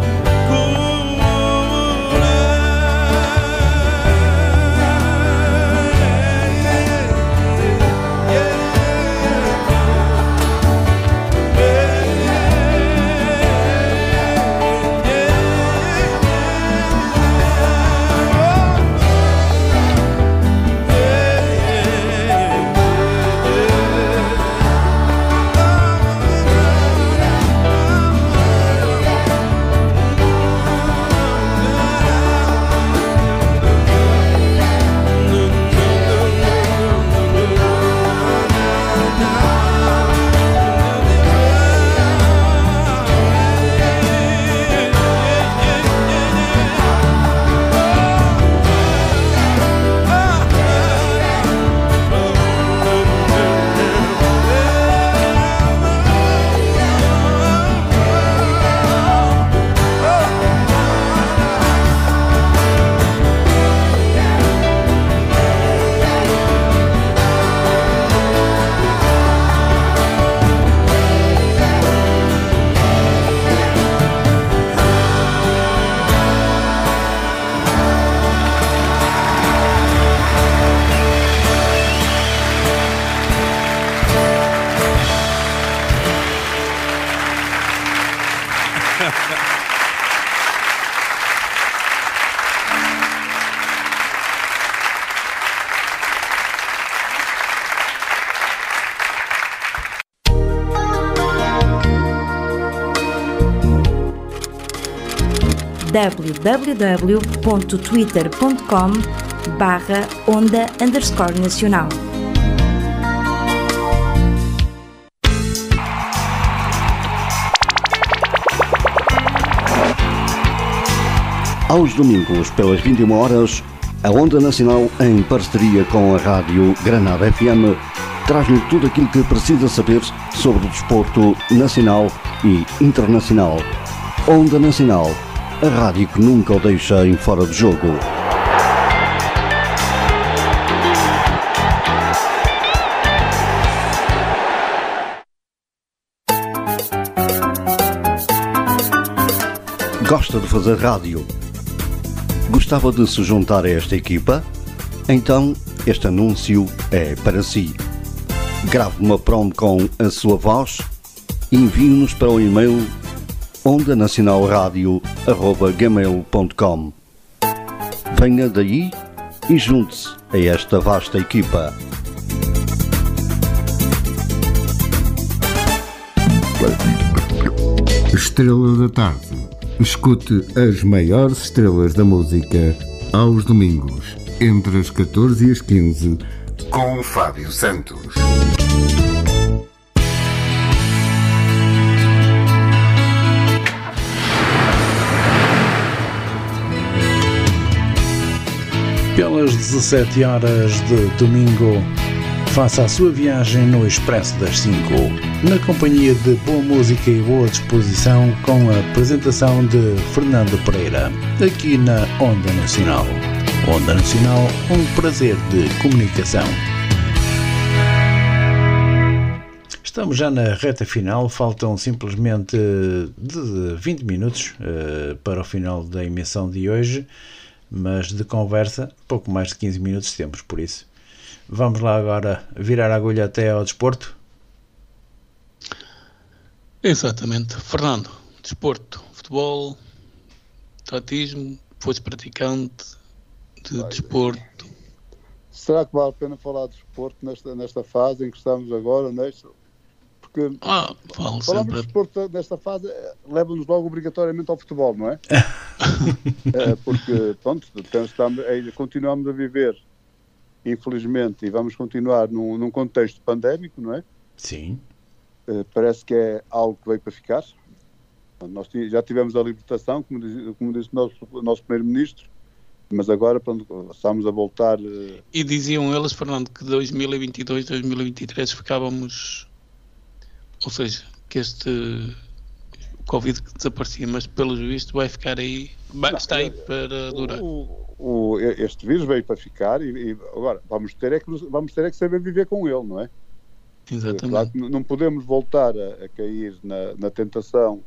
[SPEAKER 9] www.twitter.com/onda_nacional.
[SPEAKER 4] Aos domingos, pelas 21 horas, a Onda Nacional, em parceria com a Rádio Granada FM, traz-lhe tudo aquilo que precisa saber sobre o desporto nacional e internacional. Onda Nacional, a rádio que nunca o deixa em fora de jogo. Gosta de fazer rádio? Gostava de se juntar a esta equipa? Então, este anúncio é para si. Grave uma promo com a sua voz e envie-nos para o e-mail ondanacionalradio@gmail.com. Venha daí e junte-se a esta vasta equipa.
[SPEAKER 1] Estrela da Tarde. Escute as maiores estrelas da música aos domingos, entre as 14 e as 15, com Fábio Santos.
[SPEAKER 2] Pelas pelas 17 horas de domingo, faça a sua viagem no Expresso das 5, na companhia de boa música e boa disposição, com a apresentação de Fernando Pereira, aqui na Onda Nacional. Onda Nacional, um prazer de comunicação. Estamos já na reta final, faltam simplesmente de 20 minutos para o final da emissão de hoje, mas de conversa, pouco mais de 15 minutos temos, por isso. Vamos lá agora virar a agulha até ao desporto?
[SPEAKER 5] Exatamente. Fernando, desporto, futebol, atletismo, foste praticante de desporto.
[SPEAKER 6] Será que vale a pena falar de desporto nesta fase em que estamos agora, porque falamos de desporto nesta fase leva-nos logo obrigatoriamente ao futebol, não é? Porque, pronto, continuamos a viver, infelizmente, e vamos continuar num contexto pandémico, não é?
[SPEAKER 2] Sim.
[SPEAKER 6] Parece que é algo que veio para ficar. Nós já tivemos a libertação, como disse o nosso primeiro-ministro, mas agora, pronto, estamos a voltar...
[SPEAKER 5] E diziam eles, Fernando, que 2022, 2023 ficávamos... Ou seja, que este Covid que desaparecia, mas pelos vistos vai ficar aí, está aí para durar.
[SPEAKER 6] Este vírus veio para ficar e agora vamos ter que saber viver com ele, não é?
[SPEAKER 5] Exatamente.
[SPEAKER 6] Claro que não podemos voltar a cair na tentação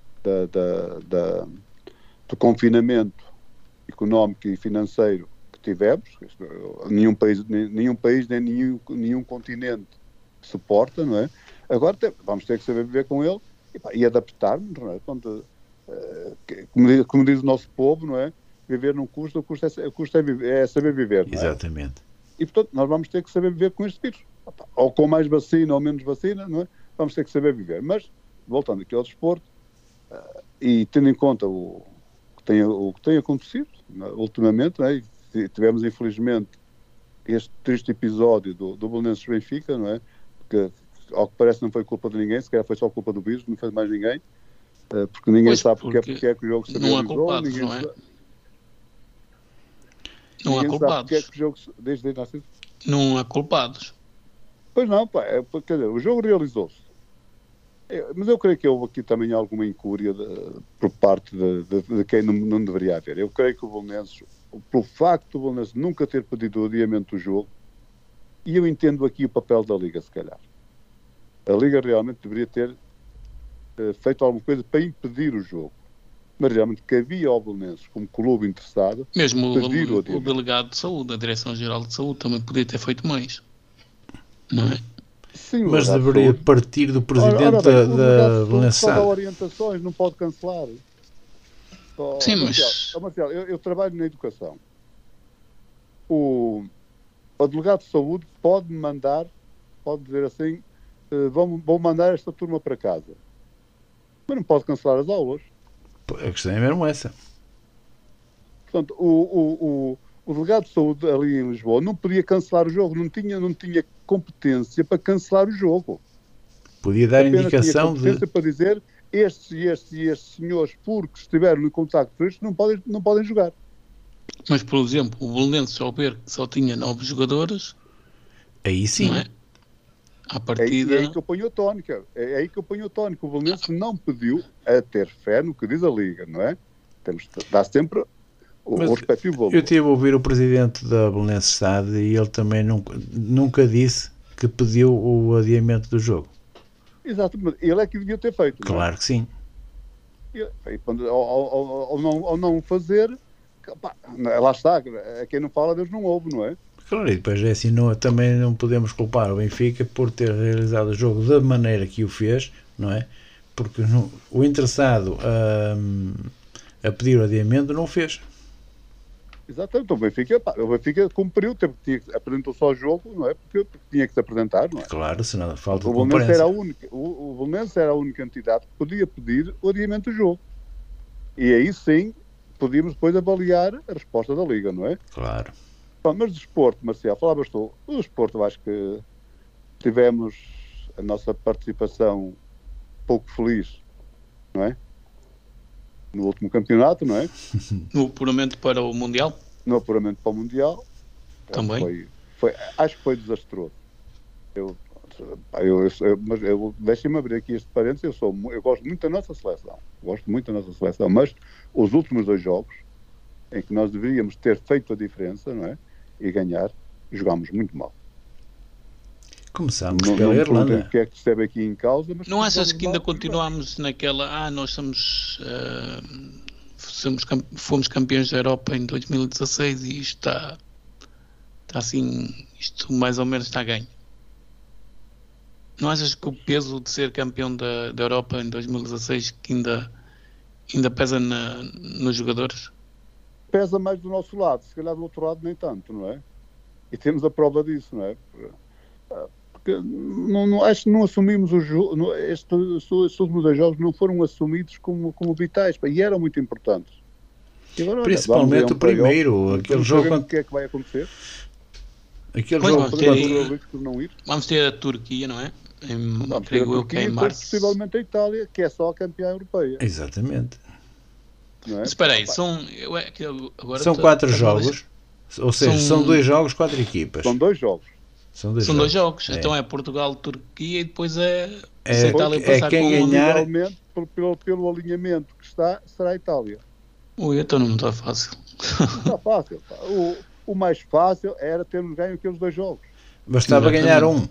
[SPEAKER 6] do confinamento económico e financeiro que tivemos. Nenhum país nem nenhum continente suporta, não é? Agora vamos ter que saber viver com ele e adaptar-nos, não é? Portanto, como diz o nosso povo, não é? Viver não custa, o custo é saber viver, não é?
[SPEAKER 2] Exatamente.
[SPEAKER 6] E, portanto, nós vamos ter que saber viver com este vírus. Ou com mais vacina ou menos vacina, não é? Vamos ter que saber viver. Mas, voltando aqui ao desporto, e tendo em conta o que tem acontecido ultimamente, não é? E tivemos, infelizmente, este triste episódio do Belenenses Benfica, não é? Porque, ao que parece, não foi culpa de ninguém, se calhar foi só culpa do vírus, não foi de mais ninguém, porque ninguém sabe porque é que o jogo se realizou.
[SPEAKER 5] Não há culpados, não é? Não há culpados. Não há culpados.
[SPEAKER 6] Pois não, quer dizer, o jogo realizou-se. Mas eu creio que houve aqui também alguma incúria por parte de quem não deveria haver. Eu creio que o Belenenses, pelo facto do Belenenses nunca ter pedido o adiamento do jogo, e eu entendo aqui o papel da Liga, se calhar. A Liga realmente deveria ter feito alguma coisa para impedir o jogo. Mas realmente cabia ao Belenenses, como clube interessado,
[SPEAKER 5] mesmo o delegado de saúde, a Direção-Geral de Saúde, também podia ter feito mais. Não é?
[SPEAKER 6] Sim,
[SPEAKER 2] mas deveria partir do presidente da Belenenses.
[SPEAKER 6] Só dá orientações, não pode cancelar.
[SPEAKER 5] Sim, mas...
[SPEAKER 6] Marcial, eu trabalho na educação. O delegado de saúde pode dizer assim, vou mandar esta turma para casa. Mas não pode cancelar as aulas.
[SPEAKER 2] A questão é mesmo essa.
[SPEAKER 6] Portanto, o delegado de saúde ali em Lisboa não podia cancelar o jogo, não tinha competência para cancelar o jogo.
[SPEAKER 2] Podia dar indicação
[SPEAKER 6] para dizer estes senhores, porque estiveram no contacto com isto, não podem jogar.
[SPEAKER 5] Mas, por exemplo, o Belenenses, ao ver que só tinha 9 jogadores,
[SPEAKER 2] aí sim.
[SPEAKER 5] Não é? À partida...
[SPEAKER 6] É aí que eu ponho a tónica. O Belenenses não pediu a ter fé no que diz a Liga, não é? Temos de dar sempre o respectivo valor.
[SPEAKER 2] Eu tive a ouvir o presidente da Belenenses SAD e ele também nunca disse que pediu o adiamento do jogo.
[SPEAKER 6] Exato, mas ele é que devia ter feito.
[SPEAKER 2] Claro que sim.
[SPEAKER 6] Ou não fazer, lá está, quem não fala Deus não ouve, não é?
[SPEAKER 2] Claro, e depois é assim, também não podemos culpar o Benfica por ter realizado o jogo da maneira que o fez, não é? Porque o interessado a pedir o adiamento não o fez.
[SPEAKER 6] Exatamente, o Benfica cumpriu, apresentou só o jogo, não é? Porque tinha que se apresentar, não é?
[SPEAKER 2] Claro, senão falta de
[SPEAKER 6] concorrência. O Belenenses era a única entidade que podia pedir o adiamento do jogo. E aí sim, podíamos depois avaliar a resposta da Liga, não é?
[SPEAKER 2] Claro.
[SPEAKER 6] Bom, mas de desporto, Marcial, falavas tu, o desporto, eu acho que tivemos a nossa participação pouco feliz, não é? No último campeonato, não é?
[SPEAKER 5] No apuramento para o Mundial?
[SPEAKER 6] No apuramento para o Mundial.
[SPEAKER 5] Também.
[SPEAKER 6] Acho que foi desastroso. Mas deixem-me abrir aqui este parênteses. Eu gosto muito da nossa seleção. Mas os últimos 2 jogos, em que nós deveríamos ter feito a diferença, não é? E ganhar, jogámos muito mal.
[SPEAKER 2] Começámos pela Irlanda.
[SPEAKER 6] O que é que esteve aqui em causa? Mas
[SPEAKER 5] não achas que ainda continuamos naquela... nós fomos campeões da Europa em 2016 e isto está assim, isto mais ou menos está ganho. Não achas que o peso de ser campeão da Europa em 2016 que ainda pesa nos jogadores?
[SPEAKER 6] Pesa mais do nosso lado, se calhar do outro lado nem tanto, não é? E temos a prova disso, não é? Porque acho que não assumimos o jogo, estes últimos 2 jogos não foram assumidos como vitais, e eram muito importantes. E agora,
[SPEAKER 2] principalmente o primeiro, aquele jogo...
[SPEAKER 6] O que é que vai acontecer?
[SPEAKER 5] Vamos ter a Turquia, não é?
[SPEAKER 6] Creio eu que é em março. Possivelmente a Itália, que é só a campeã europeia.
[SPEAKER 2] Exatamente.
[SPEAKER 6] Não é?
[SPEAKER 5] Mas espera aí, são
[SPEAKER 2] 4 jogos, ou seja, são 2 jogos, 4 equipas.
[SPEAKER 6] São 2 jogos.
[SPEAKER 5] São 2 jogos. Então é Portugal, Turquia e depois
[SPEAKER 2] se a Itália passar quem ganhar.
[SPEAKER 6] Pelo alinhamento que está, será a Itália.
[SPEAKER 5] Então não está fácil.
[SPEAKER 6] Não está fácil. O mais fácil era termos ganho aqueles 2 jogos.
[SPEAKER 2] Bastava ganhar um.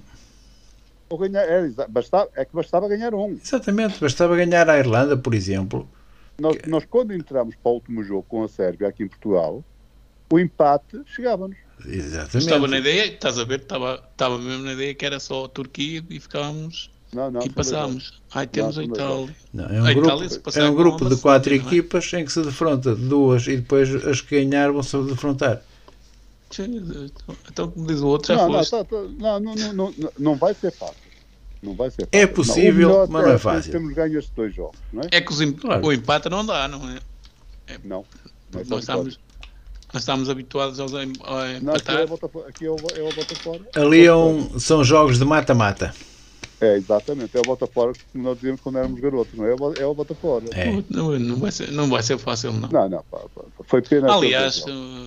[SPEAKER 6] Bastava ganhar um.
[SPEAKER 2] Exatamente, bastava ganhar a Irlanda, por exemplo.
[SPEAKER 6] Nós quando entramos para o último jogo com a Sérvia aqui em Portugal, o empate chegava-nos.
[SPEAKER 2] Exatamente.
[SPEAKER 5] Estava na ideia, estás a ver, estava mesmo na ideia que era só a Turquia e ficávamos e passámos. Temos a Itália.
[SPEAKER 2] É um grupo de 4 equipas em que se defronta 2 e depois as que ganhar vão se defrontar.
[SPEAKER 5] Então, como diz o outro, já foste.
[SPEAKER 6] Não vai ser fácil. Não vai ser fácil.
[SPEAKER 2] É possível, mas não é fácil.
[SPEAKER 6] Temos ganho estes 2 jogos, não é?
[SPEAKER 5] É que o empate não dá, não é?
[SPEAKER 6] Não.
[SPEAKER 5] Nós estamos habituados a empatar.
[SPEAKER 6] Aqui é o bota fora.
[SPEAKER 2] Ali são jogos de mata-mata.
[SPEAKER 6] Exatamente. É o bota fora que nós dizíamos quando éramos garotos, não é? É o bota fora.
[SPEAKER 5] Não vai ser fácil, não.
[SPEAKER 6] Não. Foi pena.
[SPEAKER 5] Aliás,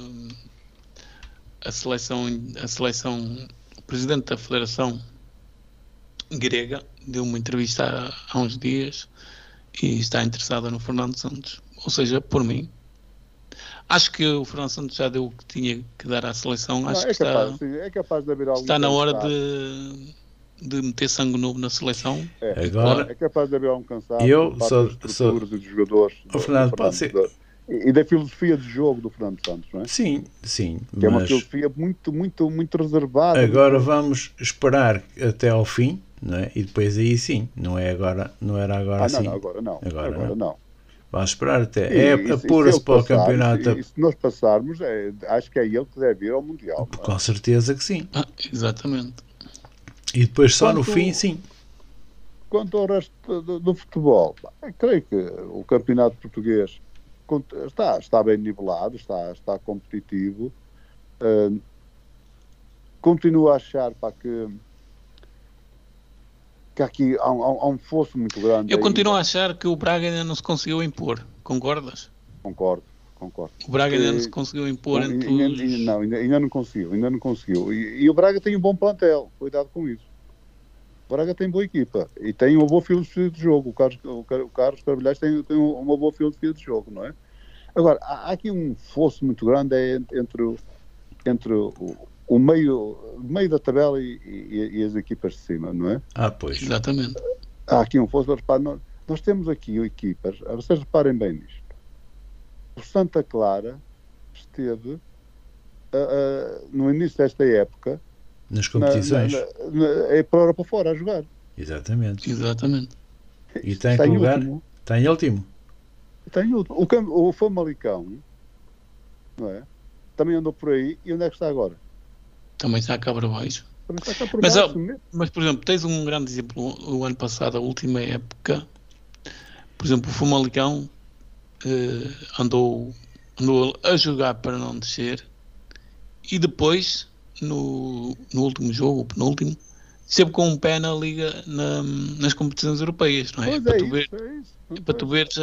[SPEAKER 5] a seleção, o presidente da Federação Grega deu uma entrevista há uns dias e está interessada no Fernando Santos. Ou seja, por mim, acho que o Fernando Santos já deu o que tinha que dar à seleção. Acho que
[SPEAKER 6] é capaz de haver
[SPEAKER 5] está na hora de meter sangue novo na seleção.
[SPEAKER 2] Agora,
[SPEAKER 6] é capaz de haver um cansaço
[SPEAKER 2] dos
[SPEAKER 6] jogadores.
[SPEAKER 2] O Fernando pode ser.
[SPEAKER 6] E da filosofia de jogo do Fernando Santos, não é?
[SPEAKER 2] Sim.
[SPEAKER 6] Que é uma filosofia muito reservada.
[SPEAKER 2] Agora vamos esperar até ao fim, não é? E depois aí sim, não era agora sim.
[SPEAKER 6] Não, agora não.
[SPEAKER 2] Vamos esperar até. Apura-se para o campeonato.
[SPEAKER 6] E se nós passarmos, acho que é ele que deve ir ao Mundial.
[SPEAKER 2] Com certeza que sim.
[SPEAKER 5] Exatamente.
[SPEAKER 2] E depois só no fim, sim.
[SPEAKER 6] Quanto ao resto do futebol, creio que o campeonato português está bem nivelado, está competitivo. Continuo a achar que aqui há um fosso muito grande.
[SPEAKER 5] Eu continuo a achar que o Braga ainda não se conseguiu impor. Concordas?
[SPEAKER 6] Concordo.
[SPEAKER 5] O Braga ainda não se conseguiu impor
[SPEAKER 6] ainda não conseguiu. E o Braga tem um bom plantel, cuidado com isso. O Braga tem boa equipa e tem uma boa filosofia de jogo. O Carlos Carvalhais tem uma boa filosofia de jogo, não é? Agora, há aqui um fosso muito grande entre o meio da tabela e as equipas de cima, não é?
[SPEAKER 2] Pois.
[SPEAKER 5] Exatamente.
[SPEAKER 6] Há aqui um fosso. Nós temos aqui equipas, vocês reparem bem nisto. O Santa Clara esteve no início desta época
[SPEAKER 2] nas competições
[SPEAKER 6] para a Europa fora a jogar.
[SPEAKER 2] Exatamente. E
[SPEAKER 6] está
[SPEAKER 2] em lugar? Está em último.
[SPEAKER 6] O Famalicão, não é? Também andou por aí. E onde é que está agora?
[SPEAKER 5] Também está cá para baixo. Mas, por exemplo, tens um grande exemplo o ano passado, a última época. Por exemplo, o Famalicão andou a jogar para não descer e depois no último jogo, o penúltimo, sempre com um pé na liga nas competições europeias, não é? Para tu veres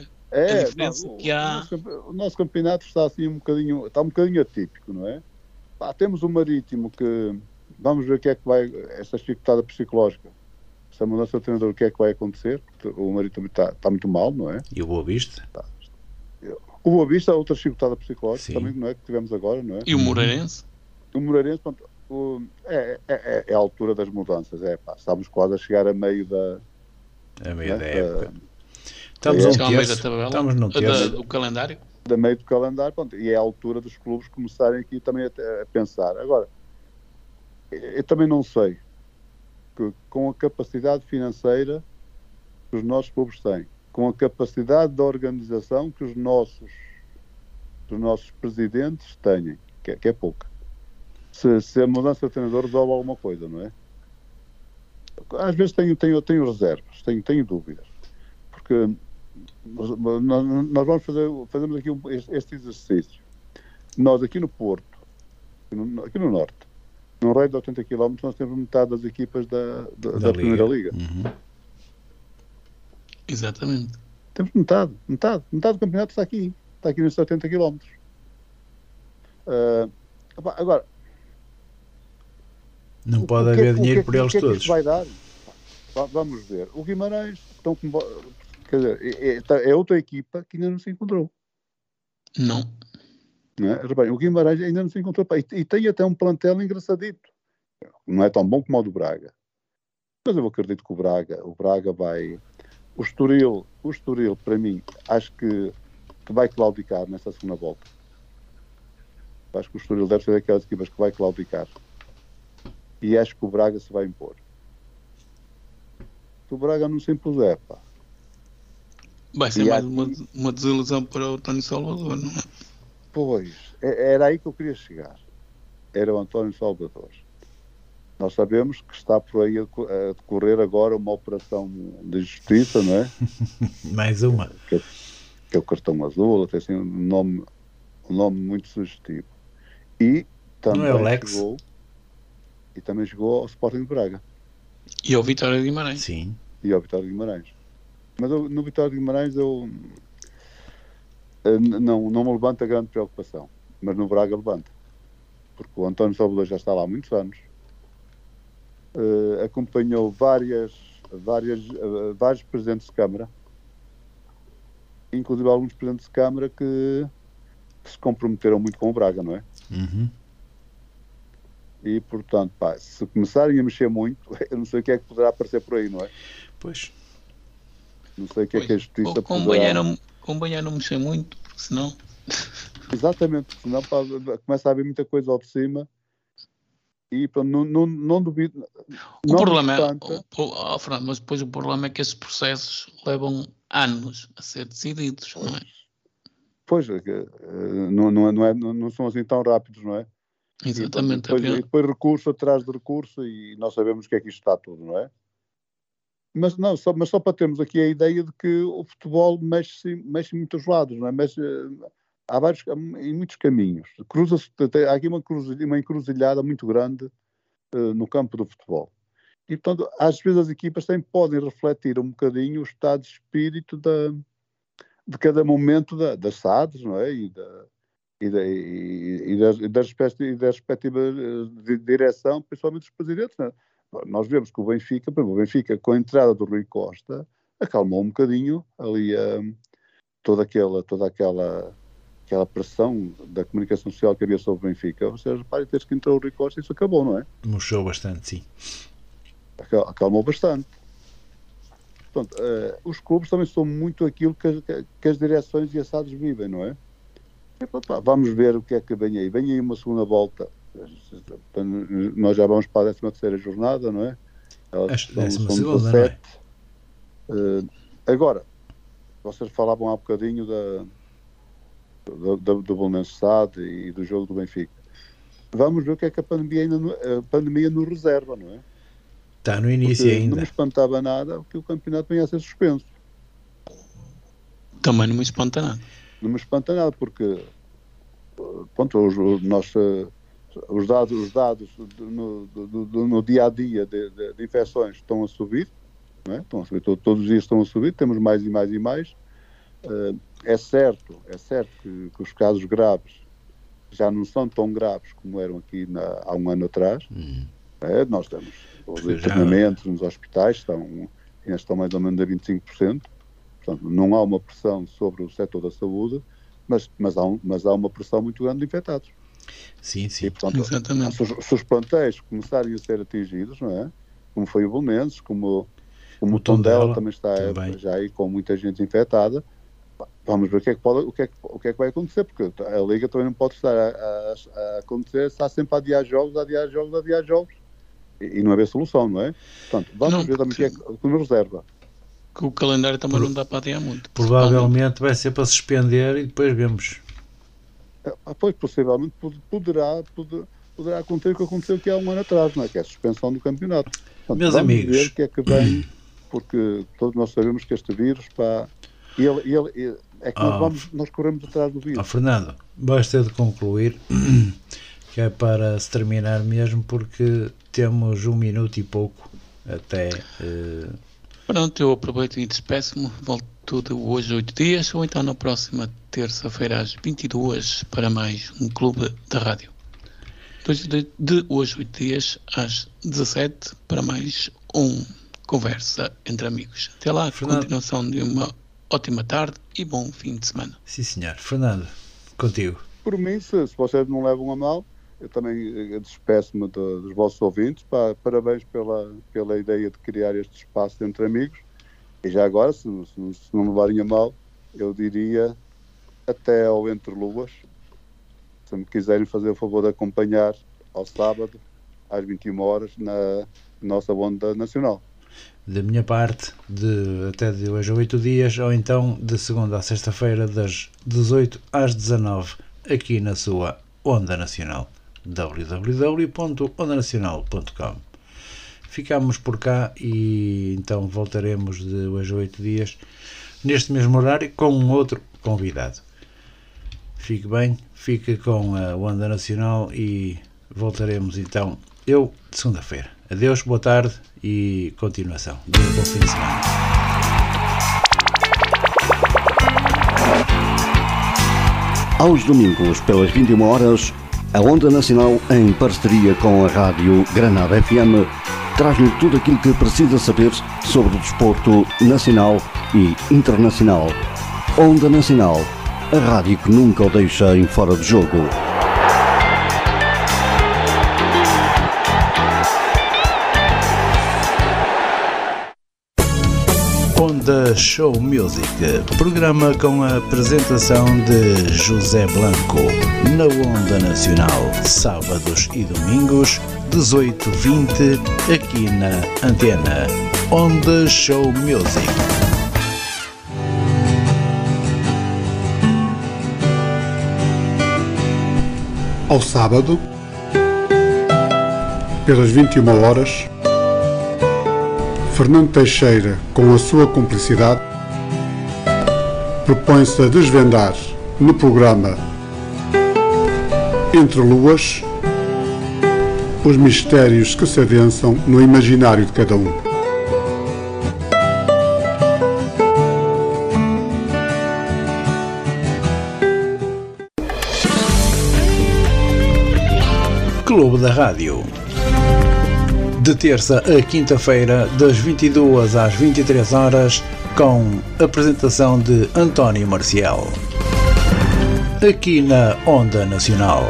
[SPEAKER 5] a diferença que há.
[SPEAKER 6] O nosso campeonato está assim um bocadinho atípico, não é? Temos o Marítimo que vamos ver o que é que vai, essa chicotada psicológica, essa mudança de treinador, o que é que vai acontecer. O Marítimo está muito mal, não é?
[SPEAKER 2] E o Boa Vista?
[SPEAKER 6] O Boa Vista, outra chicotada psicológica.
[SPEAKER 2] Sim.
[SPEAKER 6] Também, não é, que tivemos agora, não é?
[SPEAKER 5] E o Moreirense?
[SPEAKER 6] O Moreirense, pronto, é a altura das mudanças, estamos quase a chegar a meio da...
[SPEAKER 2] A meio da época.
[SPEAKER 6] Estamos
[SPEAKER 2] num terço.
[SPEAKER 5] Do calendário?
[SPEAKER 6] Da meio do calendário, pronto, e é a altura dos clubes começarem aqui também a pensar. Agora, eu também não sei, que com a capacidade financeira que os nossos clubes têm, com a capacidade de organização que os nossos presidentes têm, que é pouca, se a mudança de treinador resolve alguma coisa, não é? Às vezes tenho reservas, tenho dúvidas, porque nós fazemos aqui este exercício. Nós aqui no Porto, aqui no Norte, num raio de 80 km, nós temos metade das equipas da Primeira Liga.
[SPEAKER 2] Uhum.
[SPEAKER 5] Exatamente.
[SPEAKER 6] Temos metade do campeonato está aqui nesses 80 km. Agora,
[SPEAKER 2] não pode haver dinheiro por eles todos.
[SPEAKER 6] Que vai dar? Vamos ver. O Guimarães quer dizer, é outra equipa que ainda não se encontrou.
[SPEAKER 5] Não
[SPEAKER 6] é? Bem, o Guimarães ainda não se encontrou. E tem até um plantel engraçadito. Não é tão bom como o do Braga. Mas eu acredito que o Braga vai... O Estoril, para mim, acho que vai claudicar nessa segunda volta. Acho que o Estoril deve ser daquelas equipas que vai claudicar. E acho que o Braga se vai impor. Se o Braga não se impuser,
[SPEAKER 5] vai ser mais uma desilusão para o António Salvador, não é?
[SPEAKER 6] Pois, era aí que eu queria chegar. Era o António Salvador. Nós sabemos que está por aí a decorrer agora uma operação de justiça, não é?
[SPEAKER 2] Mais uma.
[SPEAKER 6] Que é o cartão azul, tem assim um nome muito sugestivo. E também
[SPEAKER 2] não é o Lex?
[SPEAKER 6] também jogou ao Sporting de Braga.
[SPEAKER 5] E ao Vitória de Guimarães.
[SPEAKER 2] Sim.
[SPEAKER 6] E ao Vitória de Guimarães. Mas no Vitória de Guimarães eu não me levanta grande preocupação. Mas no Braga levanta. Porque o António Salvador já está lá há muitos anos. Acompanhou vários presidentes de Câmara. Inclusive alguns presidentes de Câmara que se comprometeram muito com o Braga, não é?
[SPEAKER 2] Uhum.
[SPEAKER 6] E, portanto, se começarem a mexer muito, eu não sei o que é que poderá aparecer por aí, não é?
[SPEAKER 2] Pois.
[SPEAKER 6] Não sei o que é que a justiça
[SPEAKER 5] convenha não mexer muito, porque senão...
[SPEAKER 6] Exatamente, senão começa a haver muita coisa ao de cima e não duvido...
[SPEAKER 5] O problema é, Fernando, mas depois o problema é que esses processos levam anos a ser decididos, não é?
[SPEAKER 6] Pois, não são assim tão rápidos, não é?
[SPEAKER 5] Exatamente.
[SPEAKER 6] E depois recurso atrás de recurso e nós sabemos o que é que isto está tudo, não é? Mas só para termos aqui a ideia de que o futebol mexe em muitos lados, não é? Em muitos caminhos. Há aqui uma encruzilhada muito grande no campo do futebol. E, portanto, às vezes as equipas também podem refletir um bocadinho o estado de espírito de cada momento das SADs, não é? E da respectiva direção, principalmente dos presidentes. Não é? Nós vemos que o Benfica, com a entrada do Rui Costa, acalmou um bocadinho ali toda aquela pressão da comunicação social que havia sobre o Benfica. Ou seja, desde que entrou o Rui Costa, isso acabou, não é?
[SPEAKER 2] Murchou bastante, sim.
[SPEAKER 6] Acalmou bastante. Portanto, os clubes também são muito aquilo que as direções e as SADs vivem, não é? Vamos ver o que é que vem aí. Vem aí uma segunda volta. Nós já vamos para a 13ª jornada, não é?
[SPEAKER 2] São 17.
[SPEAKER 6] Não é? Agora, vocês falavam há bocadinho do Belenenses SAD e do jogo do Benfica. Vamos ver o que é que a pandemia nos reserva, não é?
[SPEAKER 2] Está no início
[SPEAKER 6] porque
[SPEAKER 2] ainda.
[SPEAKER 6] Não me espantava nada que o campeonato venha a ser suspenso.
[SPEAKER 5] Também não me espanta nada.
[SPEAKER 6] Não me espanta nada, porque pronto, os dados no dia a dia de infecções estão a subir, não é? Estão a subir, todos os dias estão a subir, temos mais e mais e mais. É certo que os casos graves já não são tão graves como eram aqui há um ano atrás. Nós temos os internamentos nos hospitais, ainda estão mais ou menos a 25%. Portanto, não há uma pressão sobre o setor da saúde, mas há uma pressão muito grande de infectados.
[SPEAKER 9] Sim.
[SPEAKER 6] E, portanto,
[SPEAKER 5] exatamente.
[SPEAKER 6] se os plantéis começarem a ser atingidos, não é? Como foi o Belenenses, como o Tondela também está já aí com muita gente infectada, vamos ver o que é que vai acontecer, porque a Liga também não pode estar a acontecer, está sempre a adiar jogos, e não haver solução, não é? Portanto, vamos ver também o que é que nos reserva.
[SPEAKER 5] Que o calendário também não dá para adiar muito.
[SPEAKER 9] Provavelmente vai ser para suspender e depois vemos.
[SPEAKER 6] Pois, possivelmente poderá acontecer o que aconteceu aqui há um ano atrás, não é? Que é a suspensão do campeonato. Portanto,
[SPEAKER 9] meus
[SPEAKER 6] vamos
[SPEAKER 9] amigos,
[SPEAKER 6] ver o que é que vem, porque todos nós sabemos que este vírus, é que nós corremos atrás do vírus.
[SPEAKER 9] Fernando, basta de concluir, que é para se terminar mesmo, porque temos 1 minuto e pouco até...
[SPEAKER 5] Pronto, eu aproveito e despeço-me, volto tudo hoje 8 dias, ou então na próxima terça-feira às 22 para mais um Clube da Rádio. De hoje 8 dias às 17 para mais um Conversa entre Amigos. Até lá,
[SPEAKER 9] Fernando.
[SPEAKER 5] Continuação de uma ótima tarde e bom fim de semana.
[SPEAKER 9] Sim, senhor. Fernando, contigo.
[SPEAKER 6] Por mim, se vocês não levam a mal, eu também despeço-me dos vossos ouvintes. Parabéns pela ideia de criar este espaço entre amigos. E já agora, se não levarem a mal, eu diria até ao Entre Luas. Se me quiserem fazer o favor de acompanhar ao sábado, às 21 horas, na nossa Onda Nacional.
[SPEAKER 9] Da minha parte, até de hoje a 8 dias, ou então de segunda a sexta-feira, das 18 às 19, aqui na sua Onda Nacional. www.ondanacional.com. Ficamos por cá e então voltaremos de hoje a 8 dias neste mesmo horário com um outro convidado. Fique bem, fique com a Onda Nacional e voltaremos então de segunda-feira. Adeus, boa tarde e continuação. Bom fim de semana.
[SPEAKER 4] Aos domingos, pelas 21 horas, a Onda Nacional, em parceria com a Rádio Granada FM, traz-lhe tudo aquilo que precisa saber sobre o desporto nacional e internacional. Onda Nacional, a rádio que nunca o deixa em fora de jogo.
[SPEAKER 2] Onda Show Music, programa com a apresentação de José Blanco, na Onda Nacional, sábados e domingos, 18h20, aqui na Antena. Onda Show Music.
[SPEAKER 10] Ao sábado, pelas 21 horas, Fernando Teixeira, com a sua cumplicidade, propõe-se a desvendar no programa Entre Luas os mistérios que se adensam no imaginário de cada um.
[SPEAKER 2] Clube da Rádio. De terça a quinta-feira, das 22 às 23 horas, com apresentação de António Marcial. Aqui na Onda Nacional.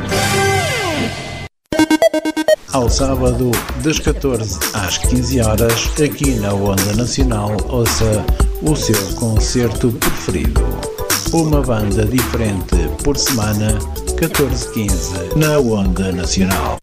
[SPEAKER 2] Ao sábado, das 14 às 15 horas, aqui na Onda Nacional, ouça o seu concerto preferido. Uma banda diferente por semana, 14-15, na Onda Nacional.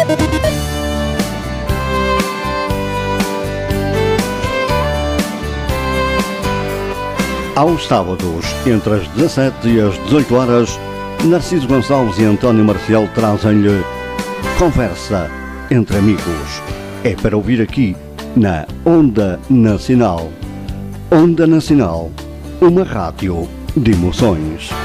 [SPEAKER 4] Aos sábados, entre as 17 e as 18 horas, Narciso Gonçalves e António Marcial trazem-lhe Conversa entre Amigos. É para ouvir aqui na Onda Nacional. Onda Nacional, uma rádio de emoções.